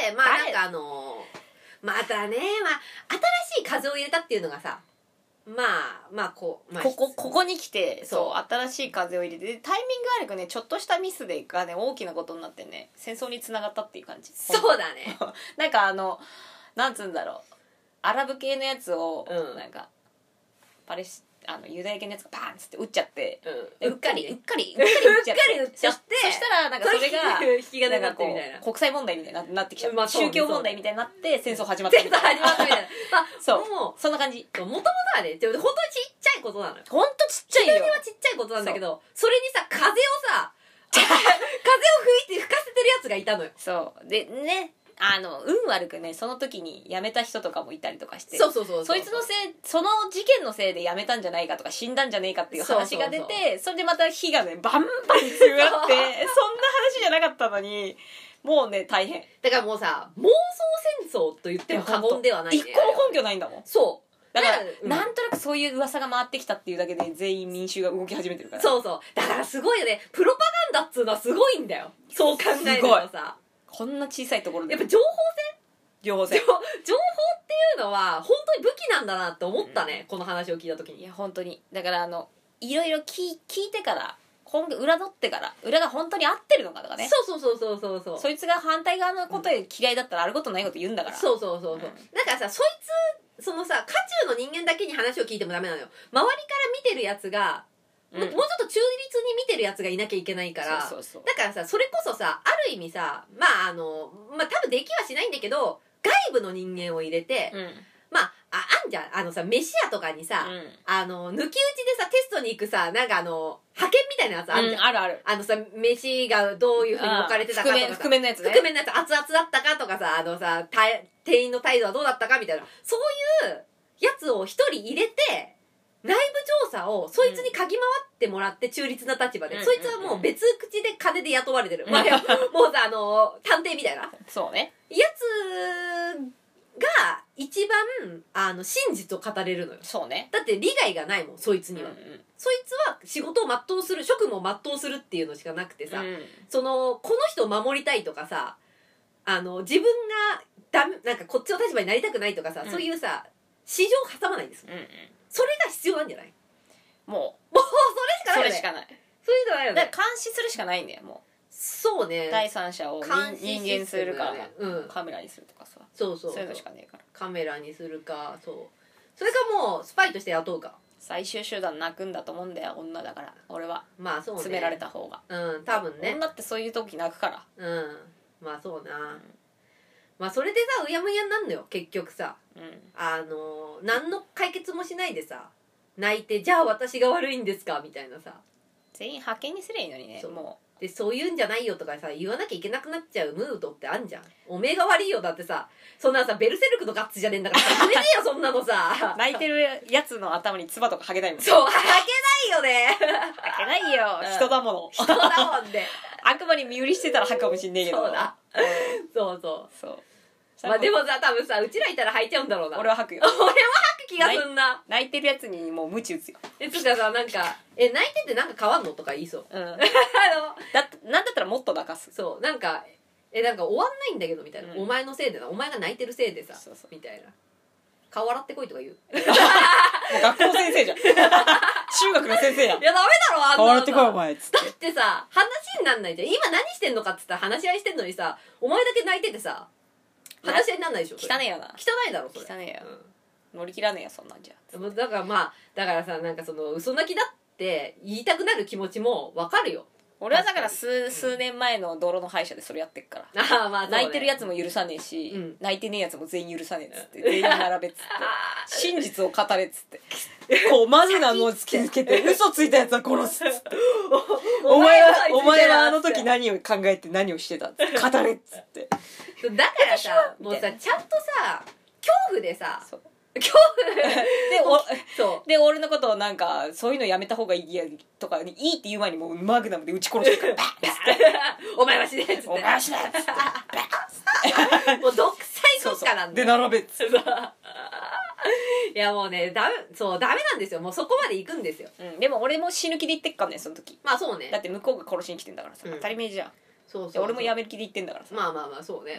でまあなんかあのまたねまあ新しい風を入れたっていうのがさまあまあこう、まあ、 ここここに来てそうそう新しい風を入れてタイミング悪くねちょっとしたミスでがね大きなことになってね戦争につながったっていう感じ。 そうだねなんかあのなんつうんだろうアラブ系のやつを、 うん、 なんかパレスあのユダヤ系のやつがバーンっつって撃っちゃって、 うん、 うっかりうっかりうっかり撃っちゃってそしたらなんかそれが引き金になってみたいな国際問題みたいになってきちゃう、 まあ、 宗教問題みたいになって戦争始まったみたいな戦争始まったみたいなあそうもうそんな感じ。 もともとはね本当にちっちゃいことなのよ。 ほんとちっちゃいよ。 人にはちっちゃいことなんだけど そ, それにさ風をさ風を吹いて吹かせてるやつがいたのよ。 そうでねあの運悪くねその時に辞めた人とかもいたりとかしてそうそうそうそいつのせいその事件のせいで辞めたんじゃないかとか死んだんじゃねえかっていう話が出てそうそうそれでまた火がねバンバン強がってそんな話じゃなかったのにもうね大変だからもうさ妄想戦争と言っても過言ではない、ね、 一個も根拠ないんだもん。 そうだから、 うん、 なんとなくそういう噂が回ってきたっていうだけで全員民衆が動き始めてるからそうそうだからすごいよねプロパガンダっつうのはすごいんだよ。そう考えるとさこんな小さいところでやっぱ情報情報戦情報っていうのは本当に武器なんだなって思ったね、うん、この話を聞いた時に。 いや本当にだからあのいろいろ聞聞いてから本裏取ってから裏が本当に合ってるのかとかね。 そうそうそうそうそうそうそいつが反対側のことで嫌いだったらあることないこと言うんだから。 そうそうそうそう、うん、だからさそいつそのさ渦中の人間だけに話を聞いてもダメなのよ。周りから見てるやつがうん、もうちょっと中立に見てるやつがいなきゃいけないから。そうそうそう。だからさそれこそさある意味さまああのまあ多分できはしないんだけど外部の人間を入れて、うん、まあ、あ、あんじゃん。あのさ、飯屋とかにさ、うん、あの、抜き打ちでさ、テストに行くさ、なんかあの、派遣みたいなやつあるじゃん。うん、 あるある。 あのさ、飯がどういう風に置かれてたかとかさ。 覆面のやつね。 覆面のやつ熱々だったかとかさ、あのさ、店員の態度はどうだったかみたいな。そういうやつを一人入れて、内部調査をそいつに嗅ぎ回ってもらって中立な立場で、うん、そいつはもう別口で金で雇われてる、うん、まあ、もうさあの探偵みたいなそうねやつが一番あの真実を語れるのよ。 そうね。 だって利害がないもんそいつには、うんうん、そいつは仕事を全うする職務を全うするっていうのしかなくてさ、うん、そのこの人を守りたいとかさあの自分がだなんかこっちの立場になりたくないとかさ、うん、そういうさ市場を挟まないんです、うんうん、それが必要なんじゃない？ もうもうそれしかないよね。 それしかない。 そういうのないよね。 だから監視するしかないんだよもう。 そうね。 第三者を監視人間するか、 ねうん、 カメラにするとかさ。 そうそうそう。 そういうのしかねえから。 カメラにするかそう。それかもうスパイとして雇うか。 最終手段泣くんだと思うんだよ女だから俺は。 まあそうね。 詰められた方が。 うん多分ね。 女ってそういう時泣くから。 うんまあそうな。うんまあそれでさうやむやになんのよ結局さ、うん、あの何の解決もしないでさ泣いてじゃあ私が悪いんですかみたいなさ全員派遣にすりゃいいのにね。もうでそういうんじゃないよとかさ言わなきゃいけなくなっちゃうムードってあんじゃん。おめえが悪いよだってさそんなさベルセルクのガッツじゃねえんだからさ言えねえよそんなのさ泣いてるやつの頭に唾とかはけないもん。 そうはけないよねはけないよ、うん、人だもの人だもんで悪魔に身売りしてたら吐くかもしんねえけどそうだ、うん、そうそうそうまあでもさ多分さうちらいたら吐いちゃうんだろうな。 俺は吐くよ。 俺も吐く気がすんな。 泣いてるやつにもう鞭打つよ。 えつかさなんかえ泣いててなんか変わんのとか言いそう。うん。あのだなんだったらもっと泣かす。 そうなんかえなんか終わんないんだけどみたいな、うん、お前のせいでなお前が泣いてるせいでさそうそうみたいな顔洗ってこいとか言う。もう学校先生じゃん。中学の先生やん。 いやダメだろあんなのさ。 顔洗ってこいお前っつって。 だってさ話になんないじゃん。今何してんのかっつったら話し合いしてんのにさお前だけ泣いててさ。話し合いになんないでしょ。 汚ねえよな。 汚いだろそれ。 汚ねえよ、うん、乗り切らねえよそんなんじゃ。 だからまあだからさなんかその嘘泣きだって言いたくなる気持ちもわかるよ。 俺はだから数数年前の泥の歯医者でそれやってっから、あ、まあね、泣いてるやつも許さねえし、うん、泣いてねえやつも全員許さねえっつって、うん、全員並べっつって真実を語れっつってこうマジなのを突きつけて嘘ついたやつは殺すっつってお前はお前はあの時何を考えて何をしてたっつって語れっつってだからさもうさちゃんとさ恐怖でさ恐怖でおそうで俺のことをなんかそういうのやめた方がいいやとかいいって言う前にもうマグナムで撃ち殺してるからバッお前は死ねっつってお前は死ねっつってもう独裁国家なんで並べっつっていやもうねダメそうダメなんですよ。もうそこまで行くんですよ、 うん、でも俺も死ぬ気で言ってっからねその時。 まあそうねだって向こうが殺しに来てんだからさ、うん、当たり前じゃん。そうそうそう俺もやめる気で言ってんだからさ。 まあまあまあそうね、 うん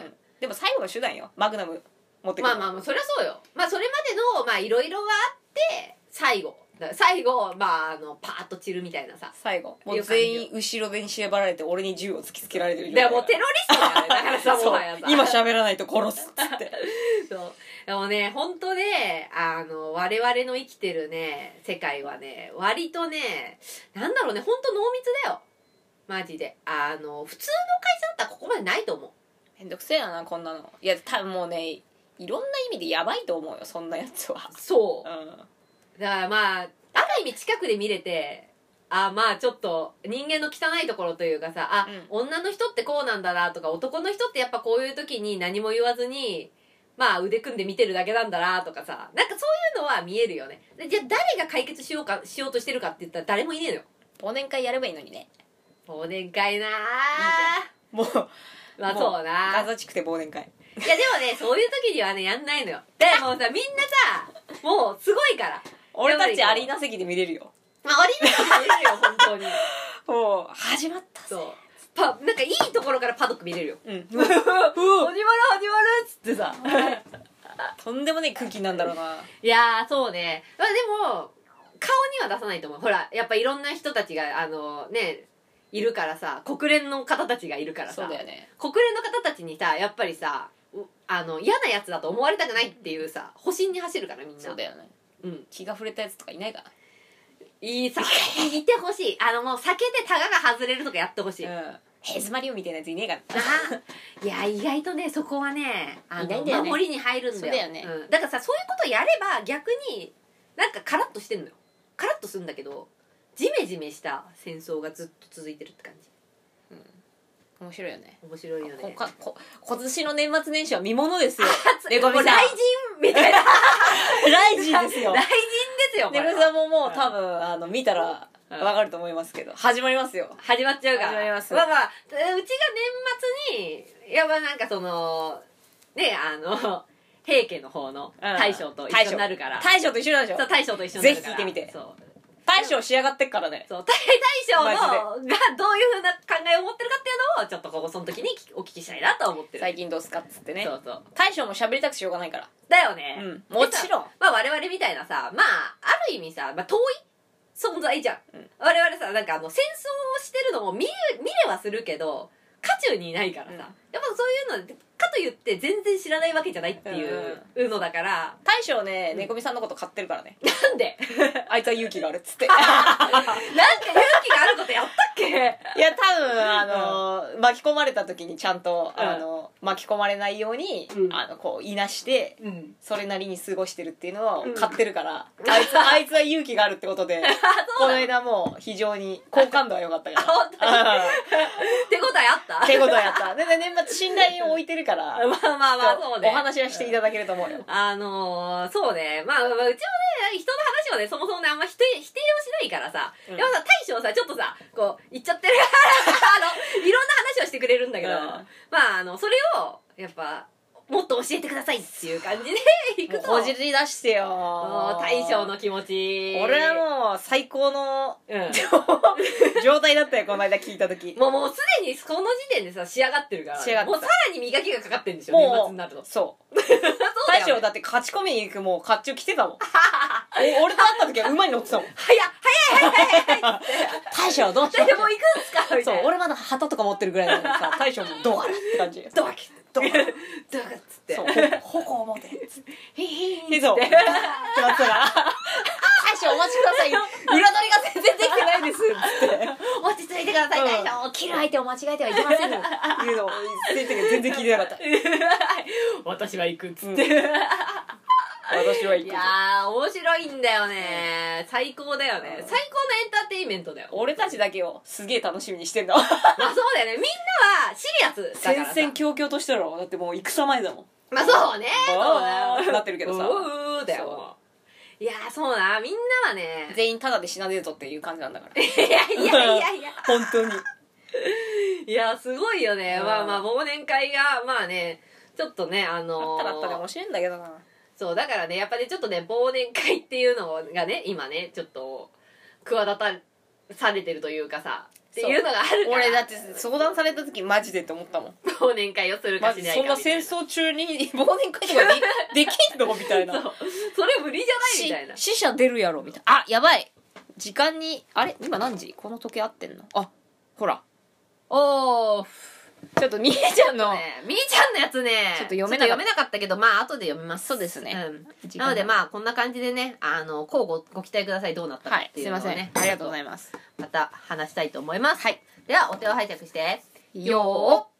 でも最後の手段よ、マグナム持ってくる。 まあまあそりゃそうよ。まあそれまでのまあいろいろがあって最後最後まああのパーッと散るみたいなさ、 最後もう全員後ろ手に縛られて俺に銃を突きつけられてるでもうテロリストだよねだからさもはやさ今喋らないと殺すっつってそうでもね本当ねあの我々の生きてるね世界はね割とねなんだろうね本当濃密だよマジで。あの普通の会社だったらここまでないと思う。 めんどくせえなこんなの。いや多分もうねいろんな意味でやばいと思うよそんなやつは。 そう、 うん、 だからまあある意味近くで見れてあまあちょっと人間の汚いところというかさあ、うん、女の人ってこうなんだなとか男の人ってやっぱこういう時に何も言わずにまあ腕組んで見てるだけなんだなとかさなんかそういうのは見えるよね。でじゃあ誰が解決しようかしようとしてるかって言ったら誰もいねえのよ。 忘年会やればいいのにね。 忘年会なーいいじゃんもうまあそうなガザ地区で忘年会。 いやでもねそういう時にはねやんないのよ。でもうさみんなさもうすごいから俺たちアリーナ席で見れるよ。 まあアリーナ席で見れるよ本当にもう始まったぜ。 そうパなんかいいところからパドック見れるよ。うん始まる始まるっつってさとんでもねえ空気なんだろうな。 いやーそうね。まあでも顔には出さないと思う。ほらやっぱいろんな人たちがあのねいるからさ国連の方たちがいるからさそうだよね。 国連の方たちにさやっぱりさあの嫌なやつだと思われたくないっていうさ保身に走るからみんな。 そうだよね。 うん気が触れたやつとかいないかな。 いいさいてほしい。あのもう酒でタガが外れるとかやってほしい。うんヘズマリオみたいなやついねえからいや意外とねそこはねあのいないんだよね。 守りに入るんだよ。 そうだよね、 うん、だからさそういうことやれば逆になんかカラッとしてんのよ。カラッとするんだけどジメジメした戦争がずっと続いてるって感じ。 面白いよね。 面白いよね。 こここ今年の年末年始は見ものですよ。 レコミさん雷神みたいな雷神ですよ。 雷神ですよ。 レコミさんももう多分あの見たらわかると思いますけど、始まりますよ。 始まっちゃうから。 始まります。 まあまあうちが年末にやっぱなんかそのねあの平家の方の大将と一緒になるから。 大将と一緒なんでしょ。 そう大将と一緒になるから。 ぜひ聞いてみて。 そう。 大将仕上がってっからね。 そう大将のがどういうふうな考えを持ってるかっていうのをちょっとここその時にお聞きしたいなと思ってる。 最近どうすかっつってね。 そうそう。 大将も喋りたくしようがないから。 だよね。 うん。もちろん。 まあ我々みたいなさまあある意味さ、まあ、遠い存在じゃん、うん、我々さなんかあの戦争をしてるのも見見れはするけど渦中にいないからさ、うん、やっぱそういうのかといって全然知らないわけじゃないっていうのだから、うん、 大将ね猫みさんのこと買ってるからね。 なんであいつは勇気があるっつってなんか勇気があることやったっけ。 いや多分あの、うん、巻き込まれた時にちゃんと、うん、あの巻き込まれないように、うん、あのこういなして、うん、それなりに過ごしてるっていうのを買ってるから、うん、あいつあいつは勇気があるってことでこの間もう非常に好感度は良かったから本当に手応えあった手応えあったで年末信頼を置いてるからまあまあまあそうねお話はしていただけると思うよ。 あのー、そうねまあ、まあ、うちもね人の話をねそもそもねあんま否定否定をしないからさ、うん、でもさ大将さちょっとさこう言っちゃってるあのいろんな話をしてくれるんだけど、うん、まああのそれをやっぱもっと教えてくださいっていう感じでいくとこじり出してよもう大将の気持ち俺はもう最高の、うん、状態だったよこの間聞いた時もうもうすでにこの時点でさ仕上がってるから仕上がってもうさらに磨きがかかってるんでしょ年末になるとそうそう大将だって勝ち込みに行くもう甲冑着てたもん俺と会った時は馬に乗ってたもん早っ早い早い早い早い大将どうした大将もう行くんすかみたいなそう俺まだ旗とか持ってるぐらいなのにさ大将もどうかなって感じどうかどうかどうかっつってそう矛を持てっつってへへへそうってなったら大将お待ちください裏取りが全然できてないですっつって落ち着いてください大将切る相手を間違えてはいけませんよっていうのを全然聞いてなかった私は行くっつって私は行く。 いやー面白いんだよね、最高だよね、最高のエンターテインメントだよ。 俺たちだけをすげえ楽しみにしてんだまあそうだよね、みんなはシリアスだからさ戦々恐々としたろ。だってもう戦前だもん。 まあそうねそうだよなってるけどさうーだよ。いやーそうなみんなはね全員タダで死なねえぞっていう感じなんだからいやいやいやいや本当にいやすごいよね、まあまあ忘年会がまあねちょっとねあのー、 あったらあったで面白いんだけどな。 そうだからねやっぱりちょっとね忘年会っていうのがね今ねちょっと企たされてるというかさっていうのがあるから。 俺だって相談された時マジでって思ったもん。 忘年会をするかしないかみたいな。 そんな戦争中に忘年会とかでできんのみたいな。 そう。それ無理じゃないみたいな。 死者出るやろみたいな。あ、やばい。時間に、あれ今何時？この時計合ってんの？あ、ほら。 おー。 ちょっとみーちゃんの、 ね、みーちゃんのやつね、 ちょっと読めなかった読めなかったけど、まあ後で読みます。 そうですね。 うん。なのでまあこんな感じでね、あの、こうごご期待ください。どうなったかっていうのをね。 はい、すいません。ありがとうございます。 また話したいと思います。 はい。 では、お手を拝借して、 よー。